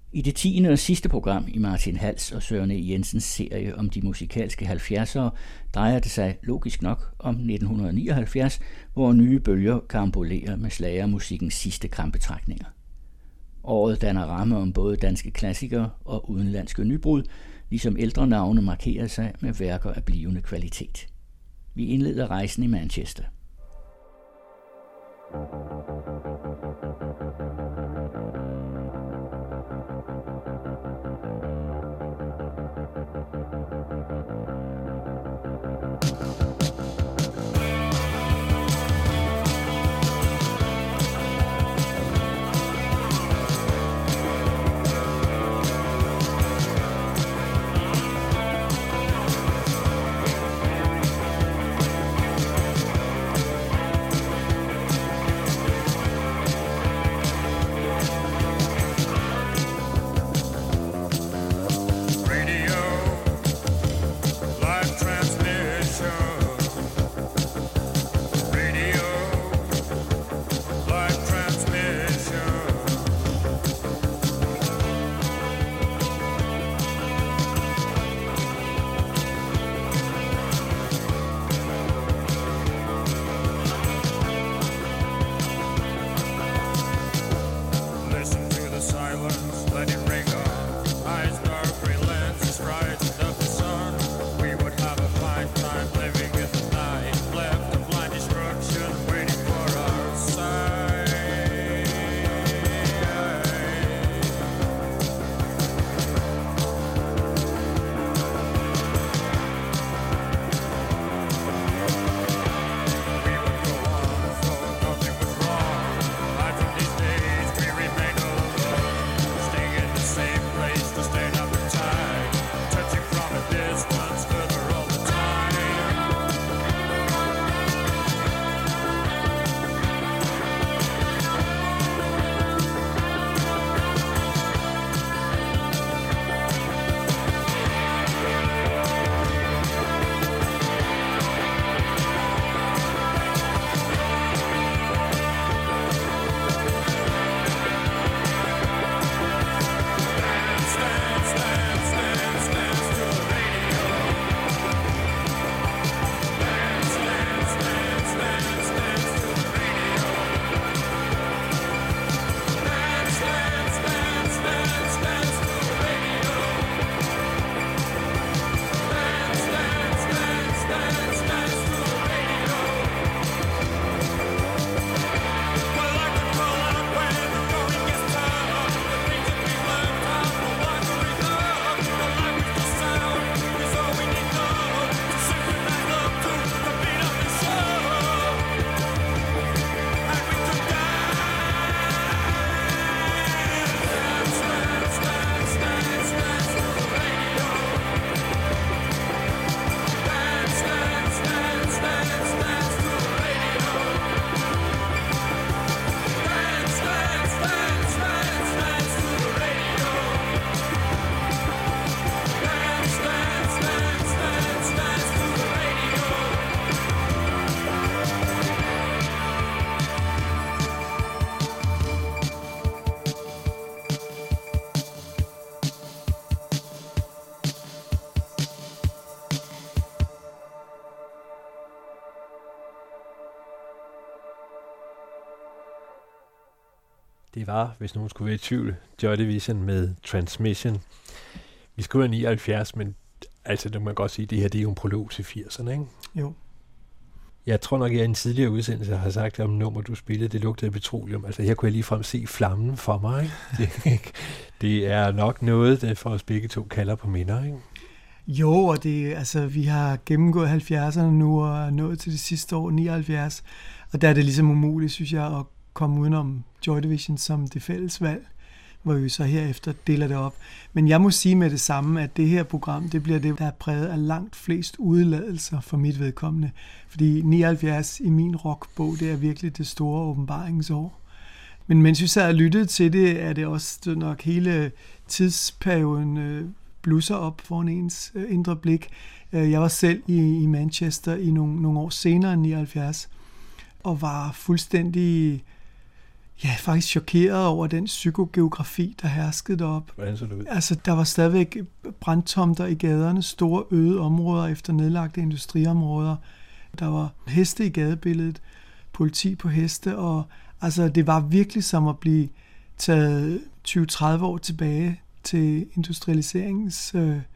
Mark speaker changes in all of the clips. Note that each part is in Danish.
Speaker 1: I det 10. og sidste program i Martin Hals og Søren E. Jensens serie om de musikalske 70'ere drejer det sig logisk nok om 1979, hvor nye bølger karambolerer med slagermusikkens sidste krampetrækninger. Året danner ramme om både danske klassikere og udenlandske nybrud, ligesom ældre navne markerer sig med værker af blivende kvalitet. Vi indleder rejsen i Manchester.
Speaker 2: Det var, hvis nogen skulle være i tvivl, Joy Division med Transmission. Vi skriver 79, men altså, det må man godt sige, det her det er jo en prolog til 80'erne, ikke?
Speaker 3: Jo.
Speaker 2: Jeg tror nok, at jeg i en tidligere udsendelse har sagt om nummer, du spillede, det lugtede af petroleum. Altså her kunne jeg ligefrem se flammen for mig, ikke? Det er nok noget, der for os begge to kalder på minder, ikke?
Speaker 3: Jo, og det, altså, vi har gennemgået 70'erne nu og nået til det sidste år, 79. Og der er det ligesom umuligt, synes jeg, at komme udenom Joy Division som det fælles valg, hvor vi så herefter deler det op. Men jeg må sige med det samme, at det her program, det bliver det, der er præget af langt flest udladelser for mit vedkommende. Fordi 79 i min rockbog, det er virkelig det store åbenbaringsår. Men mens vi sad og lyttede til det, er det også nok hele tidsperioden blusser op foran ens indre blik. Jeg var selv i Manchester i nogle år senere end 79, og var fuldstændig faktisk chokeret over den psykogeografi, der herskede deroppe.
Speaker 2: Hvordan så det ud?
Speaker 3: Altså, der var stadigvæk brandtomter i gaderne, store øde områder efter nedlagte industriområder. Der var heste i gadebilledet, politi på heste, og altså, det var virkelig som at blive taget 20-30 år tilbage til industrialiseringens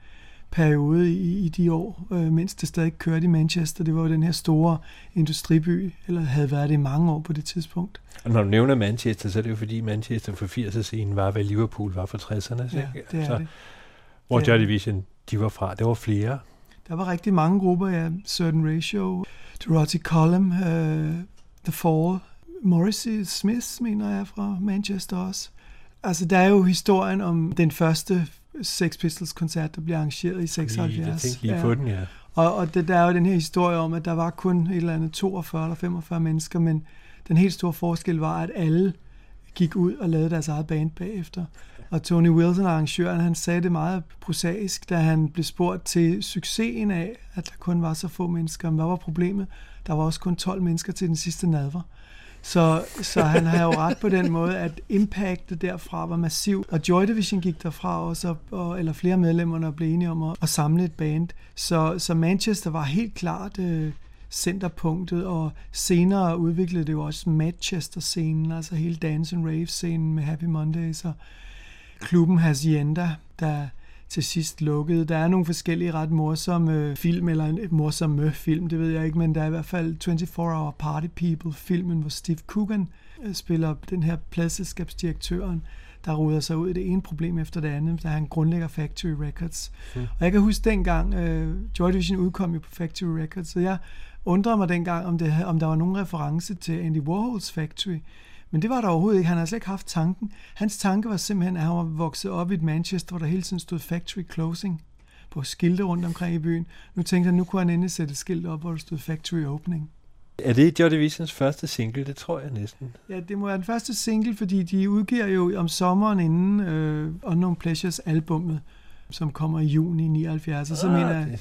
Speaker 3: periode i de år, mens det stadig kørte i Manchester. Det var jo den her store industriby, eller havde været det i mange år på det tidspunkt.
Speaker 2: Og når du nævner Manchester, så er det jo fordi Manchester for 80'er-scenen var, hvad Liverpool var for 60'erne.
Speaker 3: Ja, det er det.
Speaker 2: Hvor Joy Division, de var fra. Der var flere.
Speaker 3: Der var rigtig mange grupper, ja. Certain Ratio, Dorothy Column, The Fall, Morrissey Smith, mener jeg, fra Manchester også. Altså, der er jo historien om den første Sex Pistols-koncert, der blev arrangeret i 76.
Speaker 2: Jeg tænkte lige på den, ja.
Speaker 3: Og der er jo den her historie om, at der var kun et eller andet 42 eller 45 mennesker, men den helt store forskel var, at alle gik ud og lavede deres eget band bagefter. Og Tony Wilson, arrangøren, han sagde det meget prosaisk, da han blev spurgt til succesen af, at der kun var så få mennesker. Men hvad var problemet? Der var også kun 12 mennesker til den sidste nadver. Så han har jo ret på den måde, at impactet derfra var massiv. Og Joy Division gik derfra også, eller flere medlemmerne blev enige om at samle et band. Så Manchester var helt klart centerpunktet, og senere udviklede det jo også Manchester-scenen, altså hele Dance and Rave-scenen med Happy Mondays og klubben Hacienda, der til sidst lukkede. Der er nogle forskellige ret morsomme film, eller en morsomme film, det ved jeg ikke, men der er i hvert fald 24-Hour Party People-filmen, hvor Steve Coogan spiller den her pladselskabsdirektøren, der ruder sig ud i det ene problem efter det andet, da han grundlægger Factory Records. Og jeg kan huske dengang, Joy Division udkom jo på Factory Records, så jeg undrede mig dengang, om der var nogen reference til Andy Warhols Factory. Men det var der overhovedet ikke. Han havde slet ikke haft tanken. Hans tanke var simpelthen, at han var vokset op i et Manchester, hvor der hele tiden stod Factory Closing på skilte rundt omkring i byen. Nu tænkte han, nu kunne han endelig sætte et skilt op, hvor der stod Factory Opening.
Speaker 2: Er det Joy Divisions første single? Det tror jeg næsten.
Speaker 3: Ja, det må være den første single, fordi de udgiver jo om sommeren inden Unknown Pleasures albummet, som kommer i juni 79. Og så mener jeg,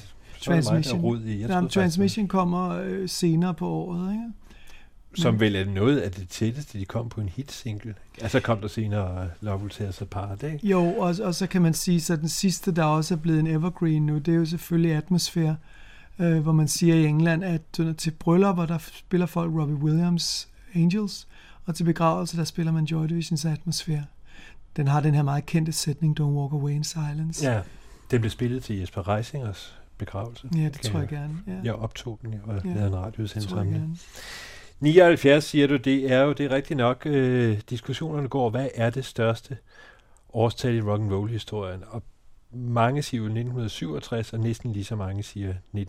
Speaker 3: Transmission kommer senere på året, ikke?
Speaker 2: Som vel er noget af det tætteste, de kom på en hit-single. Altså kom der senere Love Will Tear Us Apart, ikke?
Speaker 3: Jo, og så kan man sige, så den sidste, der også er blevet en evergreen nu, det er jo selvfølgelig Atmosphere, hvor man siger i England, at til bryllupper, der spiller folk Robbie Williams Angels, og til begravelser, der spiller man Joy Divisions Atmosphere. Den har den her meget kendte sætning, Don't Walk Away in Silence.
Speaker 2: Ja, den blev spillet til Jesper Reisingers begravelse.
Speaker 3: Ja, det tror jeg gerne. Ja.
Speaker 2: Jeg optog den og lavede en radioudsendelse om den. 79, siger du, det er rigtigt nok. Diskussionerne går, hvad er det største årstal i rock'n'roll-historien? Og mange siger 1967, og næsten lige så mange siger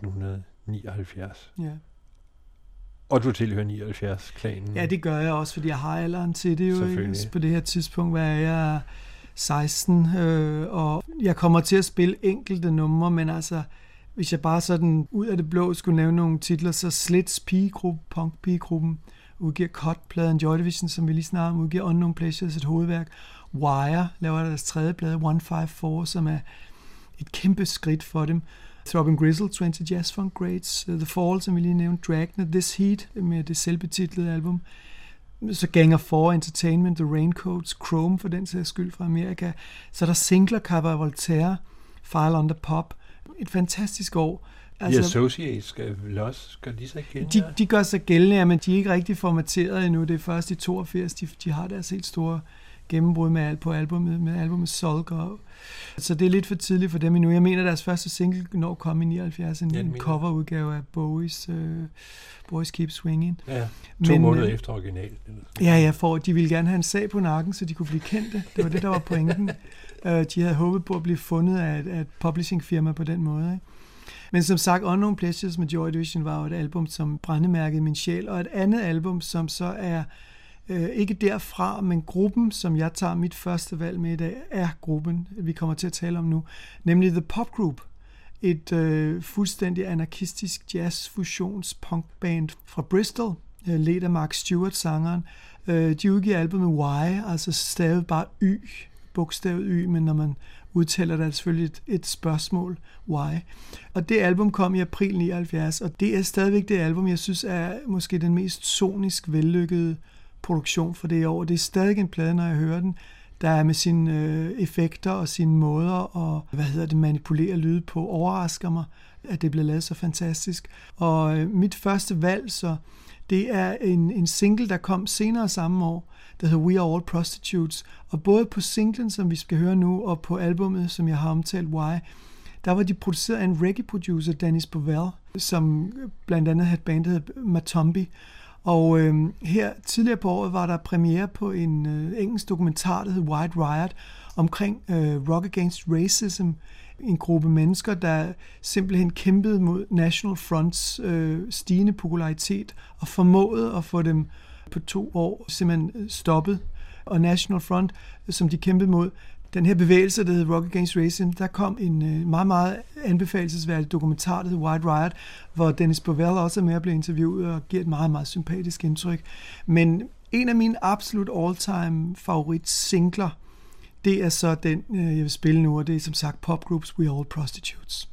Speaker 2: 1979.
Speaker 3: Ja.
Speaker 2: Og du tilhører 79-klanen.
Speaker 3: Ja, det gør jeg også, fordi jeg har alderen til det jo. Ikke? På det her tidspunkt, hvad er jeg 16, og jeg kommer til at spille enkelte numre, men altså, hvis jeg bare sådan ud af det blå skulle nævne nogle titler, så Slits pigegruppe, punk-pigegruppen, udgiver Cut-pladen, Joy Division, som vi lige snakker om, udgiver Unknown Pleasures, et hovedværk. Wire laver deres tredje plade, 154, som er et kæmpe skridt for dem. Throbbing Gristle, 20 Jazz Funk Greats, The Fall, som vi lige nævnte, Dragnet, This Heat, med det selvbetitlede album. Så Gang of Four, Entertainment, The Raincoats, Chrome for den sags skyld fra Amerika. Så er der singler, Cabaret Voltaire, File on the Pop. Et fantastisk år.
Speaker 2: Altså, de Associates gør de sig gældende?
Speaker 3: De gør sig gældende, ja, men de er ikke rigtig formateret endnu. Det er først i 82, de har deres helt store gennembrud med albumet Soldier. Så det er lidt for tidligt for dem endnu. Jeg mener, deres første single når kom i 79, en coverudgave af Bowies Keep Swinging.
Speaker 2: Ja, 2 måneder efter originalen.
Speaker 3: Ja, de ville gerne have en sag på nakken, så de kunne blive kendte. Det var det, der var pointen. De havde håbet på at blive fundet af et publishing-firma på den måde. Ikke? Men som sagt, Unknown Pleasures med Joy Division var jo et album, som brændemærkede min sjæl, og et andet album, som så er ikke derfra, men gruppen, som jeg tager mit første valg med i dag, er gruppen, vi kommer til at tale om nu, nemlig The Pop Group. Et fuldstændig anarkistisk jazz-fusions-punkband fra Bristol, ledt af Mark Stewart, sangeren. De udgiver albumet Why, altså stavet bare Y, bogstavet Y, men når man udtaler det, er det selvfølgelig et spørgsmål, why. Og det album kom i april 79, og det er stadigvæk det album, jeg synes er måske den mest sonisk vellykkede produktion for det år. Det er stadig en plade, når jeg hører den, der er med sine effekter og sine måder at manipulere lyde på, overrasker mig, at det bliver lavet så fantastisk. Og mit første valg, så det er en single, der kom senere samme år, der hedder We Are All Prostitutes. Og både på singlen, som vi skal høre nu, og på albummet, som jeg har omtalt, Why, der var de produceret af en reggae-producer, Dennis Bovell, som blandt andet havde et band, der hed Matombi. Og her tidligere på året var der premiere på en engelsk dokumentar, der hed White Riot, omkring Rock Against Racism, en gruppe mennesker, der simpelthen kæmpede mod National Fronts stigende popularitet og formåede at få dem på 2 år simpelthen stoppet. Og National Front, som de kæmpede mod, den her bevægelse, der hedder Rock Against Racism, der kom en meget, meget anbefalelsesværdig dokumentar, der hedder White Riot, hvor Dennis Bovell også er med at blive interviewet og giver et meget, meget sympatisk indtryk. Men en af mine absolut all-time favorit singler, det er så den, jeg vil spille nu, og det er som sagt popgroups We Are All Prostitutes.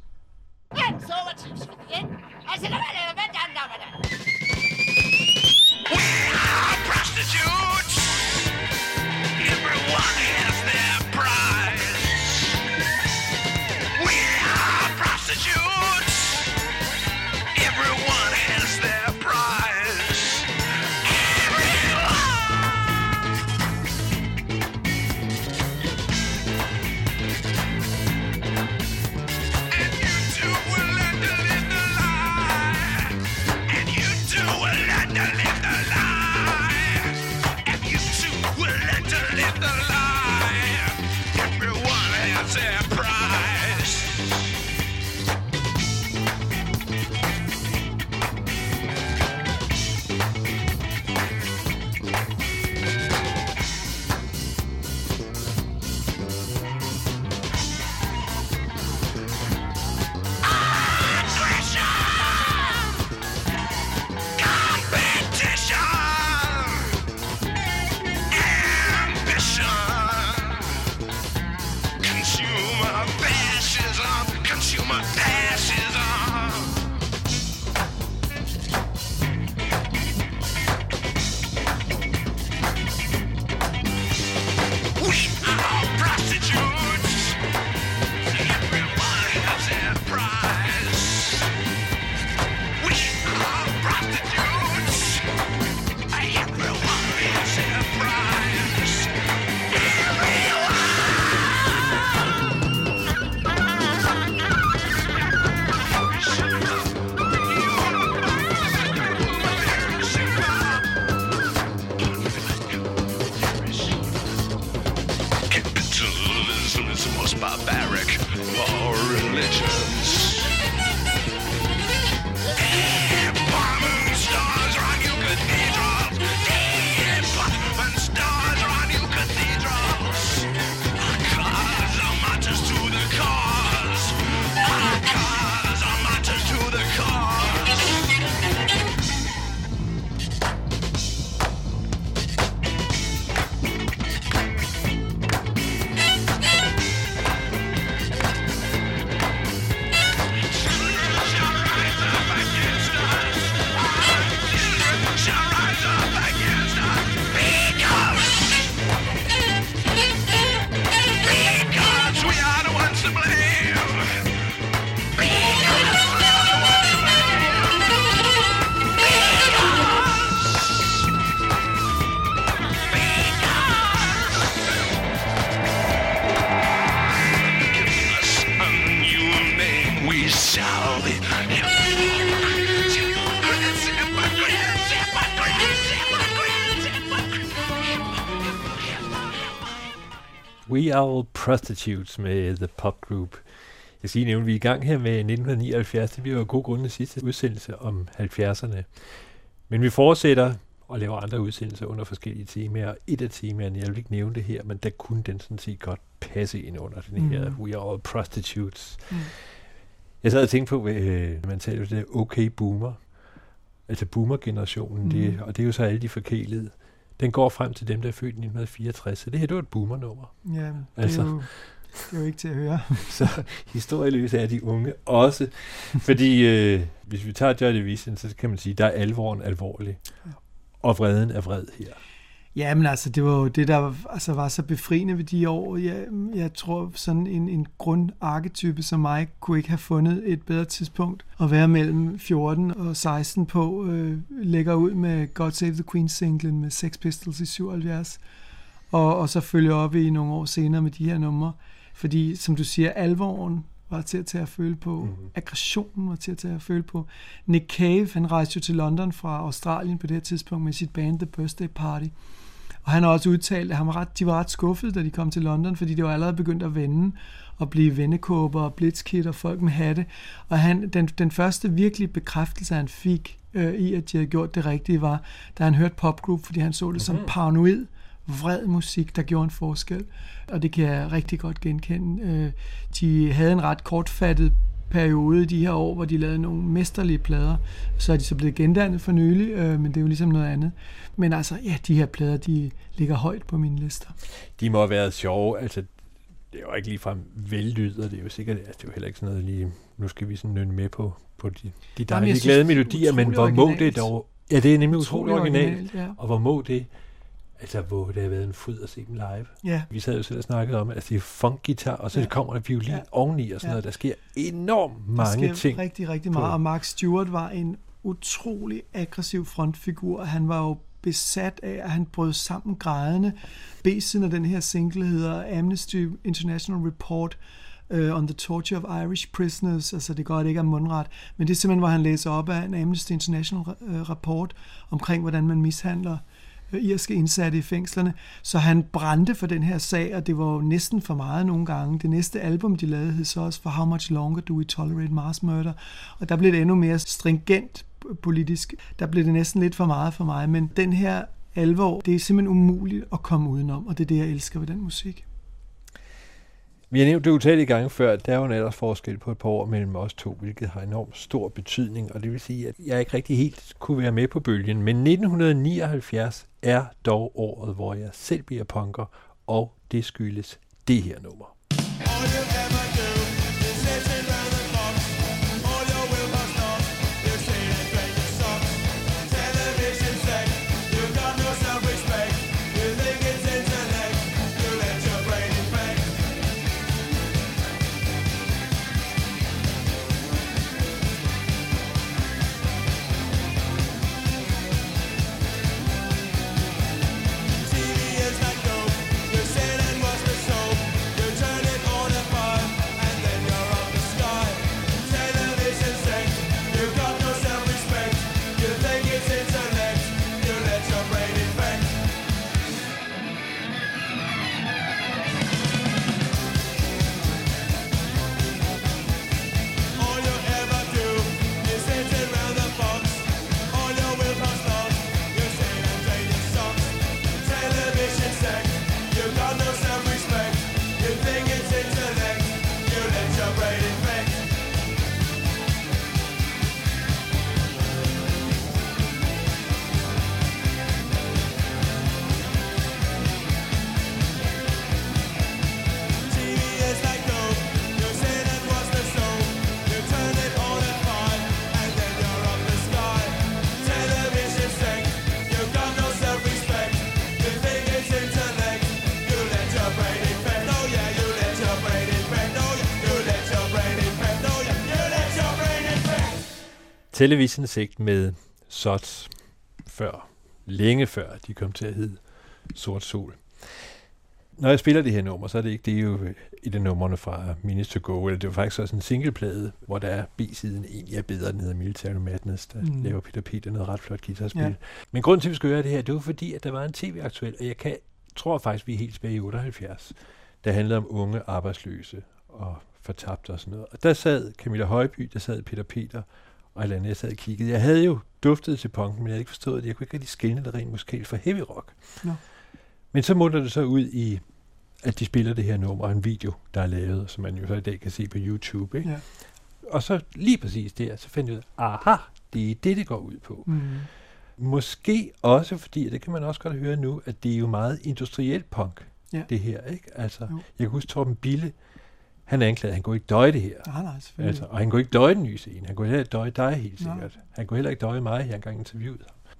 Speaker 2: We Are All Prostitutes med The Pop Group. Jeg siger nævnt, vi er i gang her med 1979. Det bliver jo god grund til sidste udsendelse om 70'erne. Men vi fortsætter og laver andre udsendelser under forskellige temaer. Et af temaerne, jeg vil ikke nævne det her, men der kunne den sådan set godt passe ind under den her We Are All Prostitutes. Jeg sad og tænkte på, man taler jo det okay boomer. Altså boomer-generationen, og det er jo så alle de forkælede. Den går frem til dem, der er født i 1964, så det her, det var et boomernummer.
Speaker 3: Ja, det er jo ikke til at høre.
Speaker 2: Så historieløse er de unge også, fordi hvis vi tager Joy Division, så kan man sige, der er alvoren alvorlig, og vreden er vred her.
Speaker 3: Ja, men altså, det var jo det, der altså, var så befriende ved de år. Jeg tror, sådan en grundarketype som mig kunne ikke have fundet et bedre tidspunkt at være mellem 14 og 16 på. Lægger ud med God Save the Queen-singlen med Sex Pistols i 77. Og så følger op i nogle år senere med de her numre. Fordi, som du siger, alvoren var til at tage at føle på. Aggressionen var til at tage at føle på. Nick Cave, han rejste jo til London fra Australien på det her tidspunkt med sit band The Birthday Party. Og han har også udtalt, at de var ret skuffede, da de kom til London, fordi det var allerede begyndt at vende og blive vendekåber og blitzkit og folk med hatte. Og den første virkelige bekræftelse, han fik i, at de havde gjort det rigtige, var, da han hørte popgroup, fordi han så det som paranoid, vred musik, der gjorde en forskel. Og det kan jeg rigtig godt genkende. De havde en ret kortfattet periode i de her år, hvor de lavede nogle mesterlige plader. Så er de så blevet gendannet for nylig, men det er jo ligesom noget andet. Men altså, ja, de her plader, de ligger højt på mine lister.
Speaker 2: De må have været sjove. Altså, det er jo ikke ligefrem vellyder. Det er jo sikkert, altså, det er jo heller ikke sådan noget lige, nu skal vi sådan nynne med på de dejlige glade melodier, men hvor må det dog... Ja, det er nemlig utroligt originalt. Ja. Og hvor må det... Altså, hvor det har været en fryd at se dem live.
Speaker 3: Ja.
Speaker 2: Vi sad jo selv og snakkede om, at det er funk-guitar, og så kommer der violin oveni og sådan noget. Der sker enormt mange ting. Der sker
Speaker 3: rigtig, rigtig meget. Og Mark Stewart var en utrolig aggressiv frontfigur. Han var jo besat af, at han brød sammen grædende. B-siden af den her single hedder Amnesty International Report on the Torture of Irish Prisoners. Altså, det går ikke af mundret. Men det er simpelthen, hvor han læser op af en Amnesty International rapport omkring, hvordan man mishandler irske indsatte i fængslerne, så han brændte for den her sag, og det var jo næsten for meget nogle gange. Det næste album, de lavede, hed så også For How Much Longer Do We Tolerate Mass Murder, og der blev det endnu mere stringent politisk. Der blev det næsten lidt for meget for mig, men den her alvor, det er simpelthen umuligt at komme udenom, og det er det, jeg elsker ved den musik.
Speaker 2: Vi har nævnt det utallige gange før, at der er jo en aldersforskel på et par år mellem os to, hvilket har enormt stor betydning, og det vil sige, at jeg ikke rigtig helt kunne være med på bølgen. Men 1979 er dog året, hvor jeg selv bliver punker, og det skyldes det her nummer. Television Sekt med Sot længe før de kom til at hedde Sort Sol. Når jeg spiller det her nummer, så er det ikke det jo i de numrene fra Minutes to Go, eller det var faktisk også en singleplade, hvor der er B-siden egentlig er bedre, den hedder Military Madness, der laver Peter noget ret flot guitarspil. Ja. Men grunden til, at vi skulle gøre det her, det var fordi, at der var en tv-aktuel, og jeg tror faktisk, vi er helt tilbage i 78, der handlede om unge arbejdsløse og fortabte og sådan noget. Og der sad Camilla Højby, der sad Peter, og eller andet, jeg sad og kiggede. Jeg havde jo duftet til punken, men jeg havde ikke forstået det. Jeg kunne ikke rigtig skelne det rent musikalt fra heavy rock. No. Men så munder det så ud i, at de spiller det her nummer, og en video, der er lavet, som man jo så i dag kan se på YouTube. Ikke? Ja. Og så lige præcis der, så fandt jeg ud af, aha, det er det går ud på. Mm. Måske også fordi, og det kan man også godt høre nu, at det er jo meget industrielt punk, det her. Ikke? Altså, jeg kan huske Torben Bille, han er anklaget, han kunne ikke døje det her. Altså, og han kunne ikke døje den nye scene. Han kunne heller ikke døje dig helt sikkert. Han kunne heller ikke døje mig, jeg engang interviewet ham.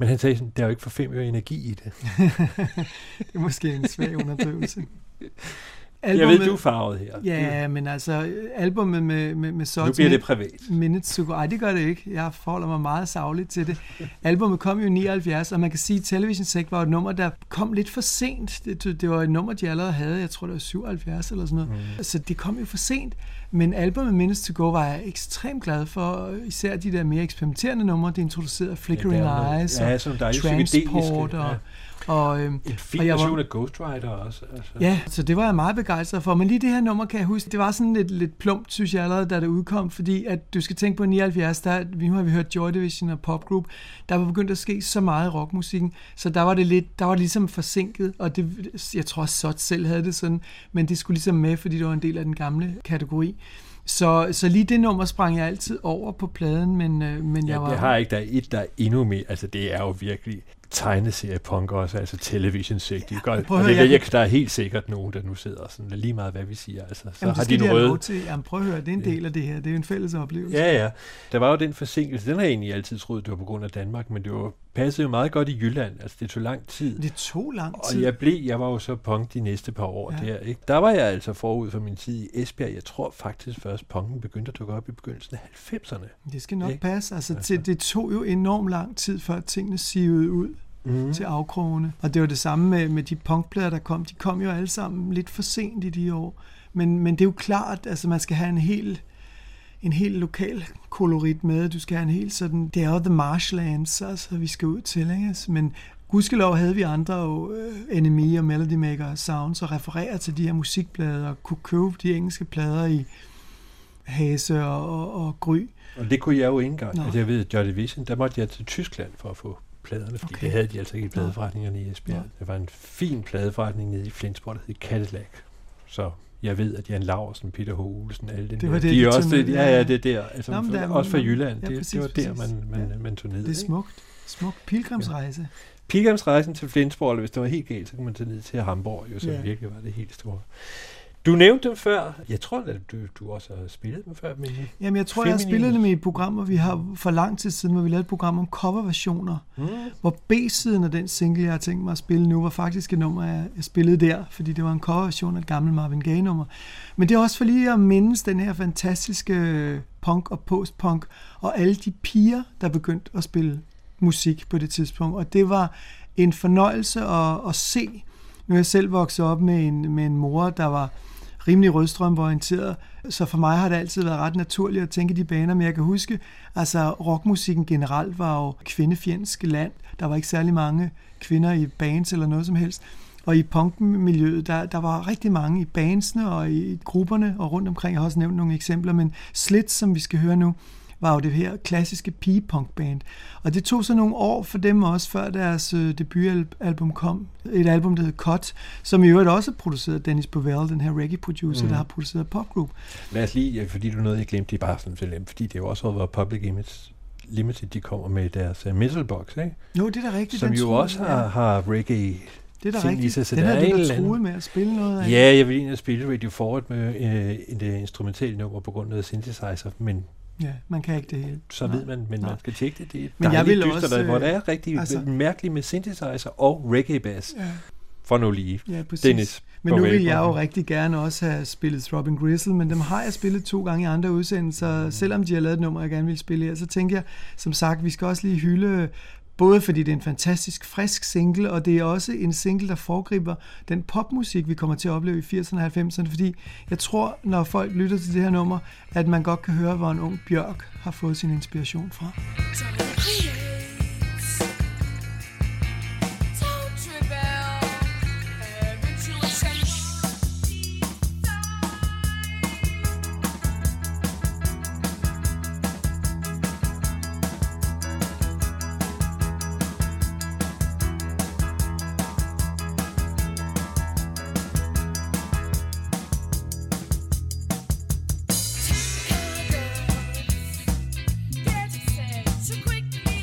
Speaker 2: Men han sagde sådan, der er jo ikke for 5 øre energi i det.
Speaker 3: Det er måske en svag underdrivelse.
Speaker 2: Jeg ved, du er farvet her.
Speaker 3: Ja, men altså, albumet med Suds...
Speaker 2: Nu bliver det privat.
Speaker 3: Minutes to Go. Ej, det gør det ikke. Jeg forholder mig meget sagligt til det. Albumet kom jo i 79, og man kan sige, at Television Sex var et nummer, der kom lidt for sent. Det var et nummer, de allerede havde. Jeg tror, det var 77 eller sådan noget. Så det kom jo for sent. Men albumet Minutes to Go var jeg ekstremt glad for. Især de der mere eksperimenterende numre, det introducerede Flickering Eyes og Transport og
Speaker 2: en fin version af Ghost Rider også. Altså.
Speaker 3: Ja, så det var jeg meget begejstret for. Men lige det her nummer kan jeg huske, det var sådan lidt plumpt, synes jeg allerede, da det udkom, fordi at du skal tænke på 79, nu har vi hørt Joy Division og Pop Group, der var begyndt at ske så meget i rockmusikken, så der var det ligesom forsinket, og det, jeg tror også Sot selv havde det sådan, men det skulle ligesom med, fordi det var en del af den gamle kategori. Så lige det nummer sprang jeg altid over på pladen, men jeg var...
Speaker 2: Jeg har ikke, der er et, der er endnu mere, altså det er jo virkelig tegneseriepunk også, altså Television Sex. Ja, der er helt sikkert nogen, der nu sidder sådan, lige meget hvad vi siger. Altså, så
Speaker 3: jamen,
Speaker 2: har de en røde...
Speaker 3: Jamen prøv at høre, det er en del af det her, det er jo en fælles oplevelse.
Speaker 2: Ja. Der var jo den forsinkelse, den har jeg egentlig altid troet, det var på grund af Danmark, men det var passede jo meget godt i Jylland, altså det tog lang tid.
Speaker 3: Det tog lang tid.
Speaker 2: Og jeg var jo så punk de næste par år der, ikke? Der var jeg altså forud for min tid i Esbjerg. Jeg tror faktisk først punken begyndte at dukke op i begyndelsen af 90'erne.
Speaker 3: Det skal nok passe. Altså det tog jo enormt lang tid, før tingene sivede ud til afkrogene. Og det var det samme med de punkplader, der kom. De kom jo alle sammen lidt for sent i de år. Men det er jo klart, altså man skal have en helt lokal kolorit med. Du skal have en helt sådan, det er jo The Marshlands, altså vi skal ud til, ikke? Men gudskelov havde vi andre jo NME og Melody Maker Sounds og refererer til de her musikplader og kunne købe de engelske plader i Hase og Gry.
Speaker 2: Og det kunne jeg jo ikke engang. Altså jeg ved, at Joy Division, der måtte jeg til Tyskland for at få pladerne, fordi det havde de altså ikke i pladeforretningerne i Esbjerg. Det var en fin pladeforretning nede i Flensborg, der hed Cadillac. Så jeg ved, at Jan Laursen, Peter H. Olsen, alle den
Speaker 3: det var
Speaker 2: der.
Speaker 3: Det,
Speaker 2: de også det, det er der. Altså, også fra Jylland.
Speaker 3: Ja,
Speaker 2: det var der, man turnerede.
Speaker 3: Det er smukt. Smuk pilgrimsrejse.
Speaker 2: Pilgrimsrejsen til Flensborg, eller hvis det var helt galt, så kunne man tage ned til Hamburg, jo, så virkelig var det helt store. Du nævnte dem før. Jeg tror, at du også har spillet dem før.
Speaker 3: Jamen, jeg tror, jeg har spillet dem i et program, hvor vi har for lang tid siden, hvor vi lavede et program om coverversioner, hvor B-siden af den single, jeg har tænkt mig at spille nu, var faktisk et nummer, jeg spillede der, fordi det var en coverversion af et gammelt Marvin Gaye-nummer. Men det er også for lige at mindes den her fantastiske punk og postpunk, og alle de piger, der begyndte at spille musik på det tidspunkt. Og det var en fornøjelse at se. Nu er jeg selv vokset op med en mor, der var rimelig rødstrømpeorienteret, så for mig har det altid været ret naturligt at tænke de baner, men jeg kan huske, altså rockmusikken generelt var jo kvindefjendsk land. Der var ikke særlig mange kvinder i bands eller noget som helst. Og i punkmiljøet, der var rigtig mange i bandsene og i grupperne og rundt omkring. Jeg har også nævnt nogle eksempler, men Slits, som vi skal høre nu, var jo det her klassiske pige-punk-band. Og det tog så nogle år for dem også, før deres debutalbum kom. Et album, der hed Cut, som i øvrigt også produceret Dennis Bovell, den her reggae-producer, der har produceret Pop Group.
Speaker 2: Lad os lige, fordi du nåede, jeg glemte det bare sådan, fordi det jo også har været Public Image Limited, de kommer med deres metalbox, ikke?
Speaker 3: Jo, det er da rigtigt.
Speaker 2: Som jo også har reggae.
Speaker 3: Det er da rigtigt.
Speaker 2: Så
Speaker 3: den har du da troet med at spille noget af.
Speaker 2: Ja, jeg vil egentlig spille Radio Forward med et instrumentalt nummer på grund af synthesizer, men
Speaker 3: ja, man kan ikke det hele.
Speaker 2: Så ved man, men man skal tjekke det. Det er
Speaker 3: men jeg vil
Speaker 2: dyster,
Speaker 3: også,
Speaker 2: hvor det er rigtig mærkeligt med synthesizer og reggae bass. Ja. For nu lige.
Speaker 3: Ja, præcis.
Speaker 2: Dennis.
Speaker 3: Men nu vil jeg jo rigtig gerne også have spillet Throbbing Gristle, men dem har jeg spillet 2 gange i andre udsendelser. Selvom de har lavet et nummer, jeg gerne vil spille her, så tænker jeg, som sagt, vi skal også lige hylde, både fordi det er en fantastisk frisk single, og det er også en single, der foregriber den popmusik, vi kommer til at opleve i 80'erne og 90'erne, fordi jeg tror, når folk lytter til det her nummer, at man godt kan høre, hvor en ung Bjørk har fået sin inspiration fra.
Speaker 4: Quickly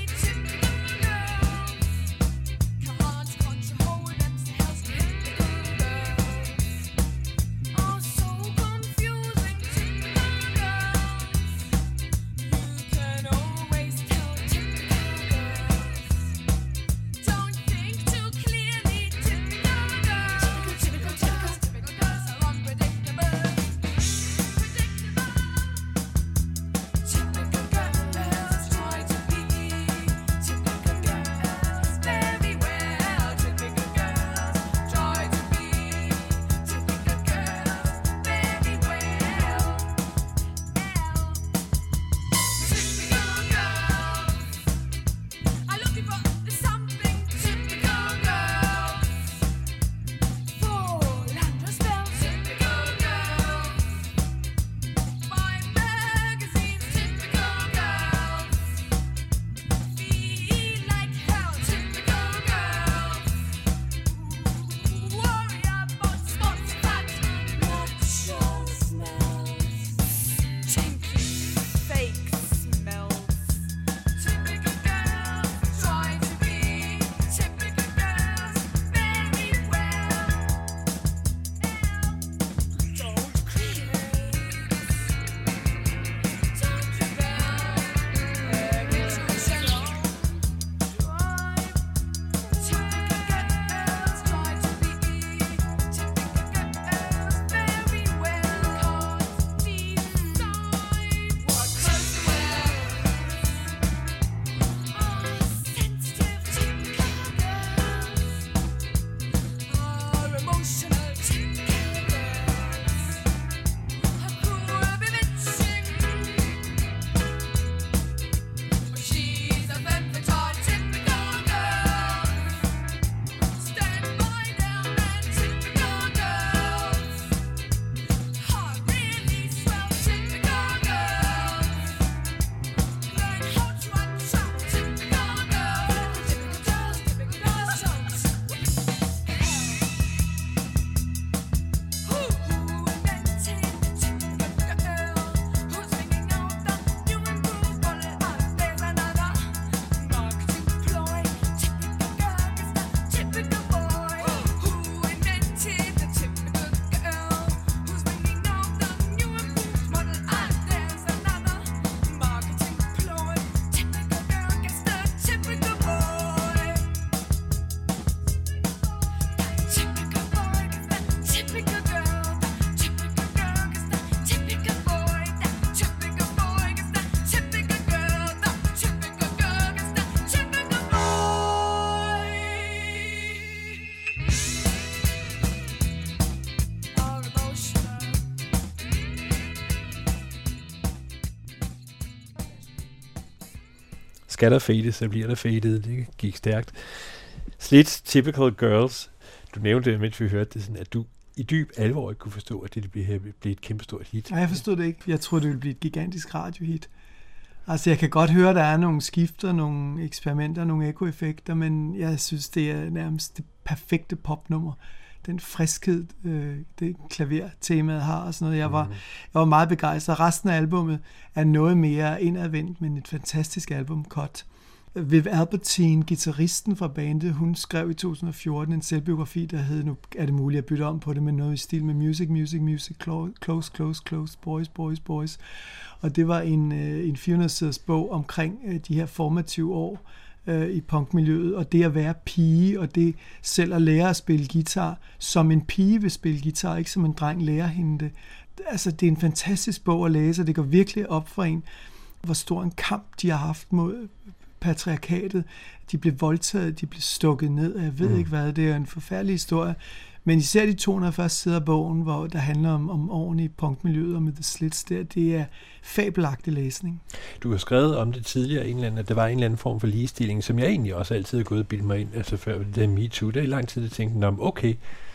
Speaker 2: skal der fades, så bliver der fadet. Det gik stærkt. Slits Typical Girls. Du nævnte, mens vi hørte det, sådan, at du i dyb alvor ikke kunne forstå, at det blev et kæmpestort hit.
Speaker 3: Nej, jeg forstod det ikke. Jeg troede, det ville blive et gigantisk radiohit. Altså, jeg kan godt høre, at der er nogle skifter, nogle eksperimenter, nogle ekoeffekter, men jeg synes, det er nærmest det perfekte popnummer. Den friskhed, det klavertemaet har og sådan noget. Jeg var meget begejstret. Resten af albummet er noget mere indadvendt, men et fantastisk album-cut. Viv Albertine, guitaristen fra bandet, hun skrev i 2014 en selvbiografi, der hed, nu er det muligt at bytte om på det, men noget i stil med Music, Music, Music, Close, Close, Close, Boys, Boys, Boys. Og det var en 400-siders bog omkring de her formative år i punkmiljøet, og det at være pige, og det selv at lære at spille guitar, som en pige vil spille guitar, ikke som en dreng lærer hende det. Altså, det er en fantastisk bog at læse, og det går virkelig op for en, hvor stor en kamp de har haft mod patriarkatet. De blev voldtaget, de blev stukket ned, og jeg ved ikke hvad, det er en forfærdelig historie. Men især de 240 sider af bogen, hvor der handler om årene i punkmiljøet og med The Slits der, det er fabelagtig læsning. Du
Speaker 2: har skrevet om det tidligere, at der var en eller anden form for ligestilling, som jeg egentlig også altid har gået og bildet mig ind, altså før det MeToo, det er i lang tid, jeg tænkte om, okay,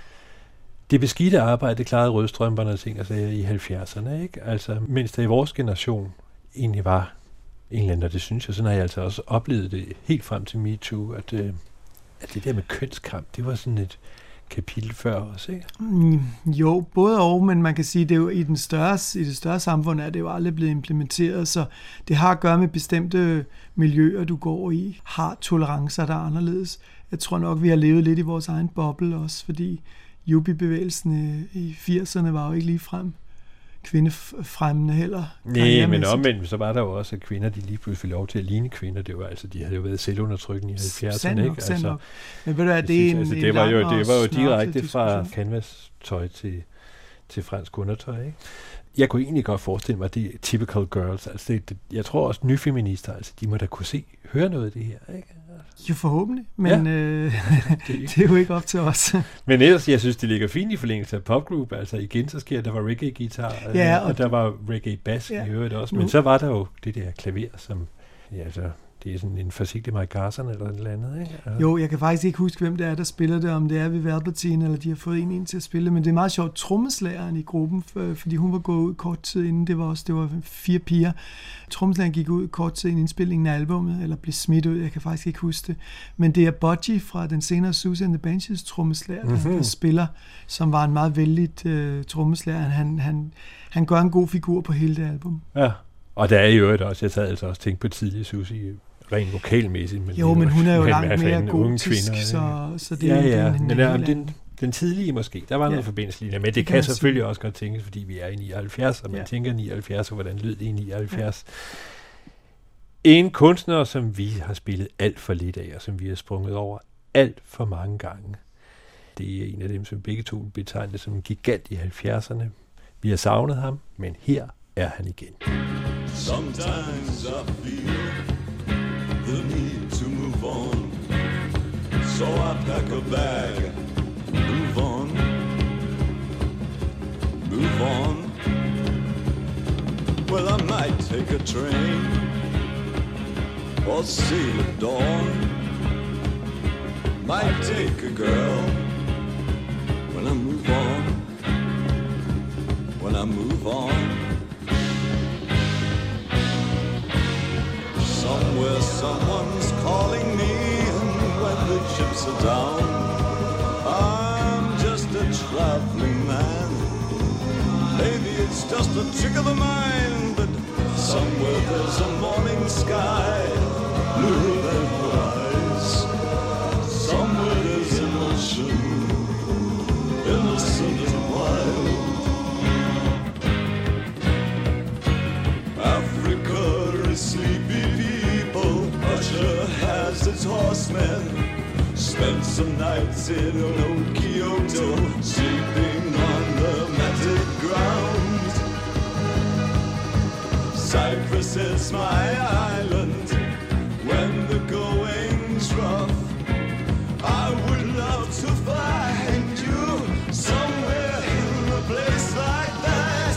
Speaker 2: det beskidte arbejde, det klarede rødstrømperne og ting, altså i 70'erne, ikke? Altså, mens der i vores generation egentlig var en eller anden, og det synes jeg, sådan har jeg altså også oplevet det helt frem til MeToo, at det der med kønskamp, det var sådan et kapitel før også, ikke?
Speaker 3: Jo, både og, men man kan sige, det er jo i det større samfund er det jo aldrig blevet implementeret, så det har at gøre med bestemte miljøer, du går i, har tolerancer, der er anderledes. Jeg tror nok, vi har levet lidt i vores egen boble også, fordi yuppie-bevægelsen i 80'erne var jo ikke lige frem kvindefremmende heller.
Speaker 2: Nej, men omvendt, så var der jo også, at kvinder, de lige pludselig fik lov til at ligne kvinder. Det var altså, de havde jo været selvundertrykkende i 70'erne, ikke? Altså,
Speaker 3: men ved du, at det er
Speaker 2: det var jo direkte fra canvas-tøj til fransk undertøj, ikke? Jeg kunne egentlig godt forestille mig, at det er typical girls. Altså jeg tror også, nye feminister, altså, de må da kunne høre noget af det her, ikke?
Speaker 3: Jo, forhåbentlig, men det er jo ikke op til os.
Speaker 2: Men ellers, jeg synes, det ligger fint i forlængelse af popgroup. Altså igen, så sker der var reggae-guitar, og der var reggae-bass i øvrigt også. Men så var der jo det der klaver, som, det er sådan en forsigtig Mike Garson eller et eller andet, ikke?
Speaker 3: Jo, jeg kan faktisk ikke huske, hvem det er, der spiller det, om det er Viv Albertine, eller de har fået en til at spille, men det er meget sjovt, trommeslageren i gruppen, fordi hun var gået ud kort tid inden, det var 4 piger. Trommeslageren gik ud kort tid inden indspillingen af albummet, eller blev smidt ud, jeg kan faktisk ikke huske det, men det er Budgie fra den senere Susie and the Banshees trommeslager, der spiller, som var en meget vældigt trommeslager. Han gør en god figur på hele det album.
Speaker 2: Ja, og der er jo også, jeg sad altså også tænkt på tidlig Susie, rent vokalmæssigt.
Speaker 3: Men hun er jo langt mere gotisk, så det er
Speaker 2: men den tidlige måske, der var noget forbindelse med. Det kan selvfølgelig også godt tænkes, fordi vi er i 79, og man tænker 79, og hvordan lød det i 79. En kunstner, som vi har spillet alt for lidt af, og som vi har sprunget over alt for mange gange. Det er en af dem, som begge to betegner som en gigant i 70'erne. Vi har savnet ham, men her er han igen.
Speaker 4: Sometimes I feel the need to move on, so I pack a bag, move on, move on. Well, I might take a train or sail at dawn, might take a girl when I move on, when I move on. Somewhere someone's calling me, and when the chips are down, I'm just a traveling man. Maybe it's just a trick of the mind, but somewhere there's a morning sky, blue and wise. Somewhere there's an ocean, innocent and wild. Africa is sleepy people, Russia has its horsemen. Spent some nights in old Kyoto, sleeping on the matted ground. Cyprus is my island, when the going's rough. I would love to find you somewhere in a place like that.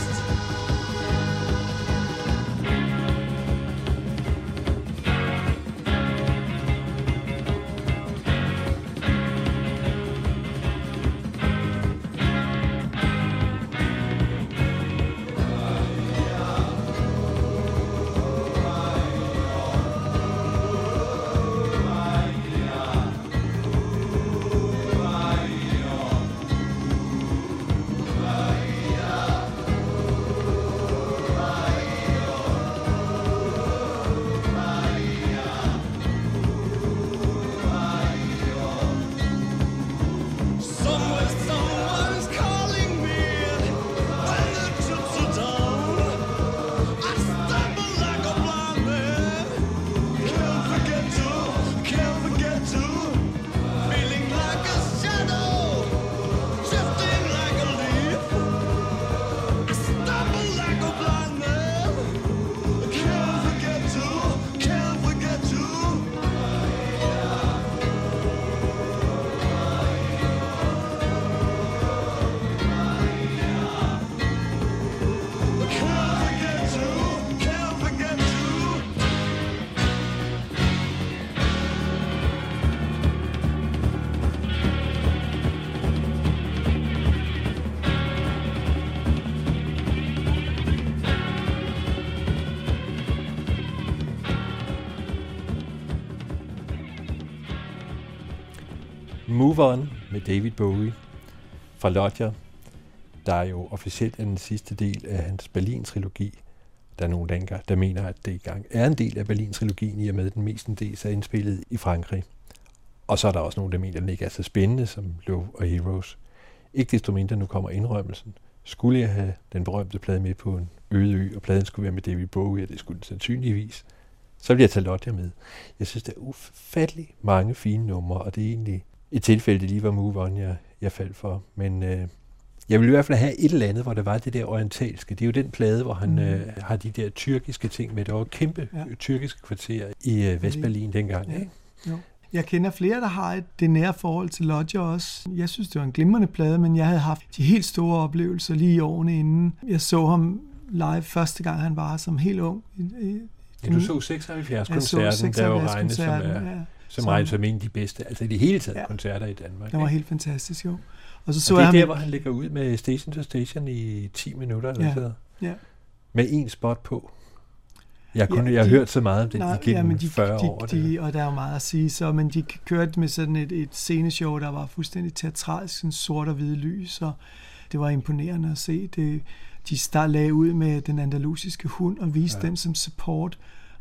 Speaker 2: Move On med David Bowie fra Lodger, der jo officielt er den sidste del af hans Berlin-trilogi. Der er nogle der mener, at det er en del af Berlin-trilogien, i og med at den mestendels er indspillet i Frankrig. Og så er der også nogle, der mener, at den ikke er så spændende som Love og Heroes. Ikke desto mindre, nu kommer indrømmelsen. Skulle jeg have den berømte plade med på en øde ø, og pladen skulle være med David Bowie, og det skulle den sandsynligvis, så vil jeg tage Lodger med. Jeg synes, der er ufattelig mange fine numre, og det er egentlig et tilfælde, det lige var Move On, jeg faldt for. Men jeg vil i hvert fald have et eller andet, hvor der var det der orientalske. Det er jo den plade, hvor han har de der tyrkiske ting med. Der var kæmpe tyrkiske kvarterer i Vestberlin dengang.
Speaker 3: Ja. Ikke? Jo. Jeg kender flere, der har det nære forhold til Lodger også. Jeg synes, det var en glimrende plade, men jeg havde haft de helt store oplevelser lige i årene inden. Jeg så ham live første gang, han var som helt ung.
Speaker 2: Ja, du så 76-koncerten, der jo regnes som regnes som en af de bedste. Altså i det hele taget koncerter i Danmark.
Speaker 3: Det var helt fantastisk, jo. Og så
Speaker 2: det er der, hvor han ligger ud med Station to Station i 10 minutter. Eller sådan.
Speaker 3: Ja.
Speaker 2: Med en spot på. Jeg har hørt så meget om det igennem 40 år.
Speaker 3: Og der er jo meget at sige så, men de kørte med sådan et sceneshow, der var fuldstændig teatralsk, sådan sort og hvide lys, og det var imponerende at se. De lagde ud med den andalusiske hund og viste den som support,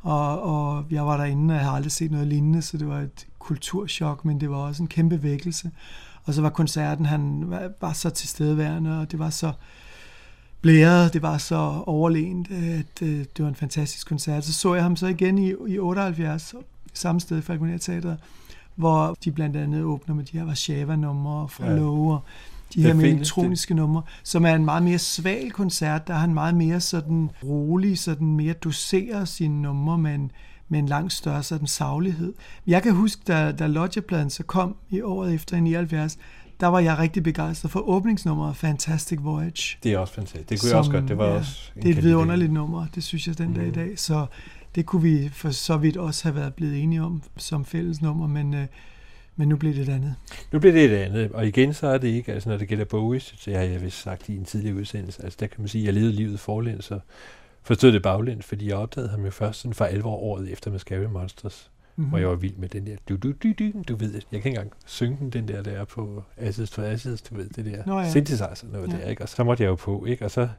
Speaker 3: og jeg var derinde, og jeg har aldrig set noget lignende, så det var et kulturschok, men det var også en kæmpe vækkelse. Og så var koncerten, han var så tilstedeværende, og det var så blæret, det var så overlegent, at det var en fantastisk koncert. Så jeg ham så igen i 78, samme sted i Falconer Teatret, hvor de blandt andet åbner med de her Warszawa-numre fra Lowe, og de her med elektroniske numre, som er en meget mere sval koncert, der har han meget mere sådan rolig, sådan mere doserer sine numre, men med en langt større sådan saglighed. Jeg kan huske, da Lodger-pladen så kom i året efter i 79, der var jeg rigtig begejstret for åbningsnummeret Fantastic Voyage.
Speaker 2: Det er også fantastisk. Det kunne jeg også godt. Det var også
Speaker 3: det er et vidunderligt nummer, det synes jeg den dag i dag. Så det kunne vi for så vidt også have været blevet enige om som fælles nummer, men nu blev det et andet.
Speaker 2: Nu blev det et andet, og igen så er det ikke, altså når det gælder Bowie, så har jeg vist sagt i en tidligere udsendelse, altså der kan man sige, at jeg levede livet forlæns og forstod det baglæns, fordi jeg opdagede ham jo først sådan for alvor året efter med Scary Monsters, hvor jeg var vild med den der du ved, jeg kan ikke engang synge den der er på Ashes to Ashes, du ved, det der synthesizer noget der, ikke? Og så måtte jeg jo på, ikke? Og så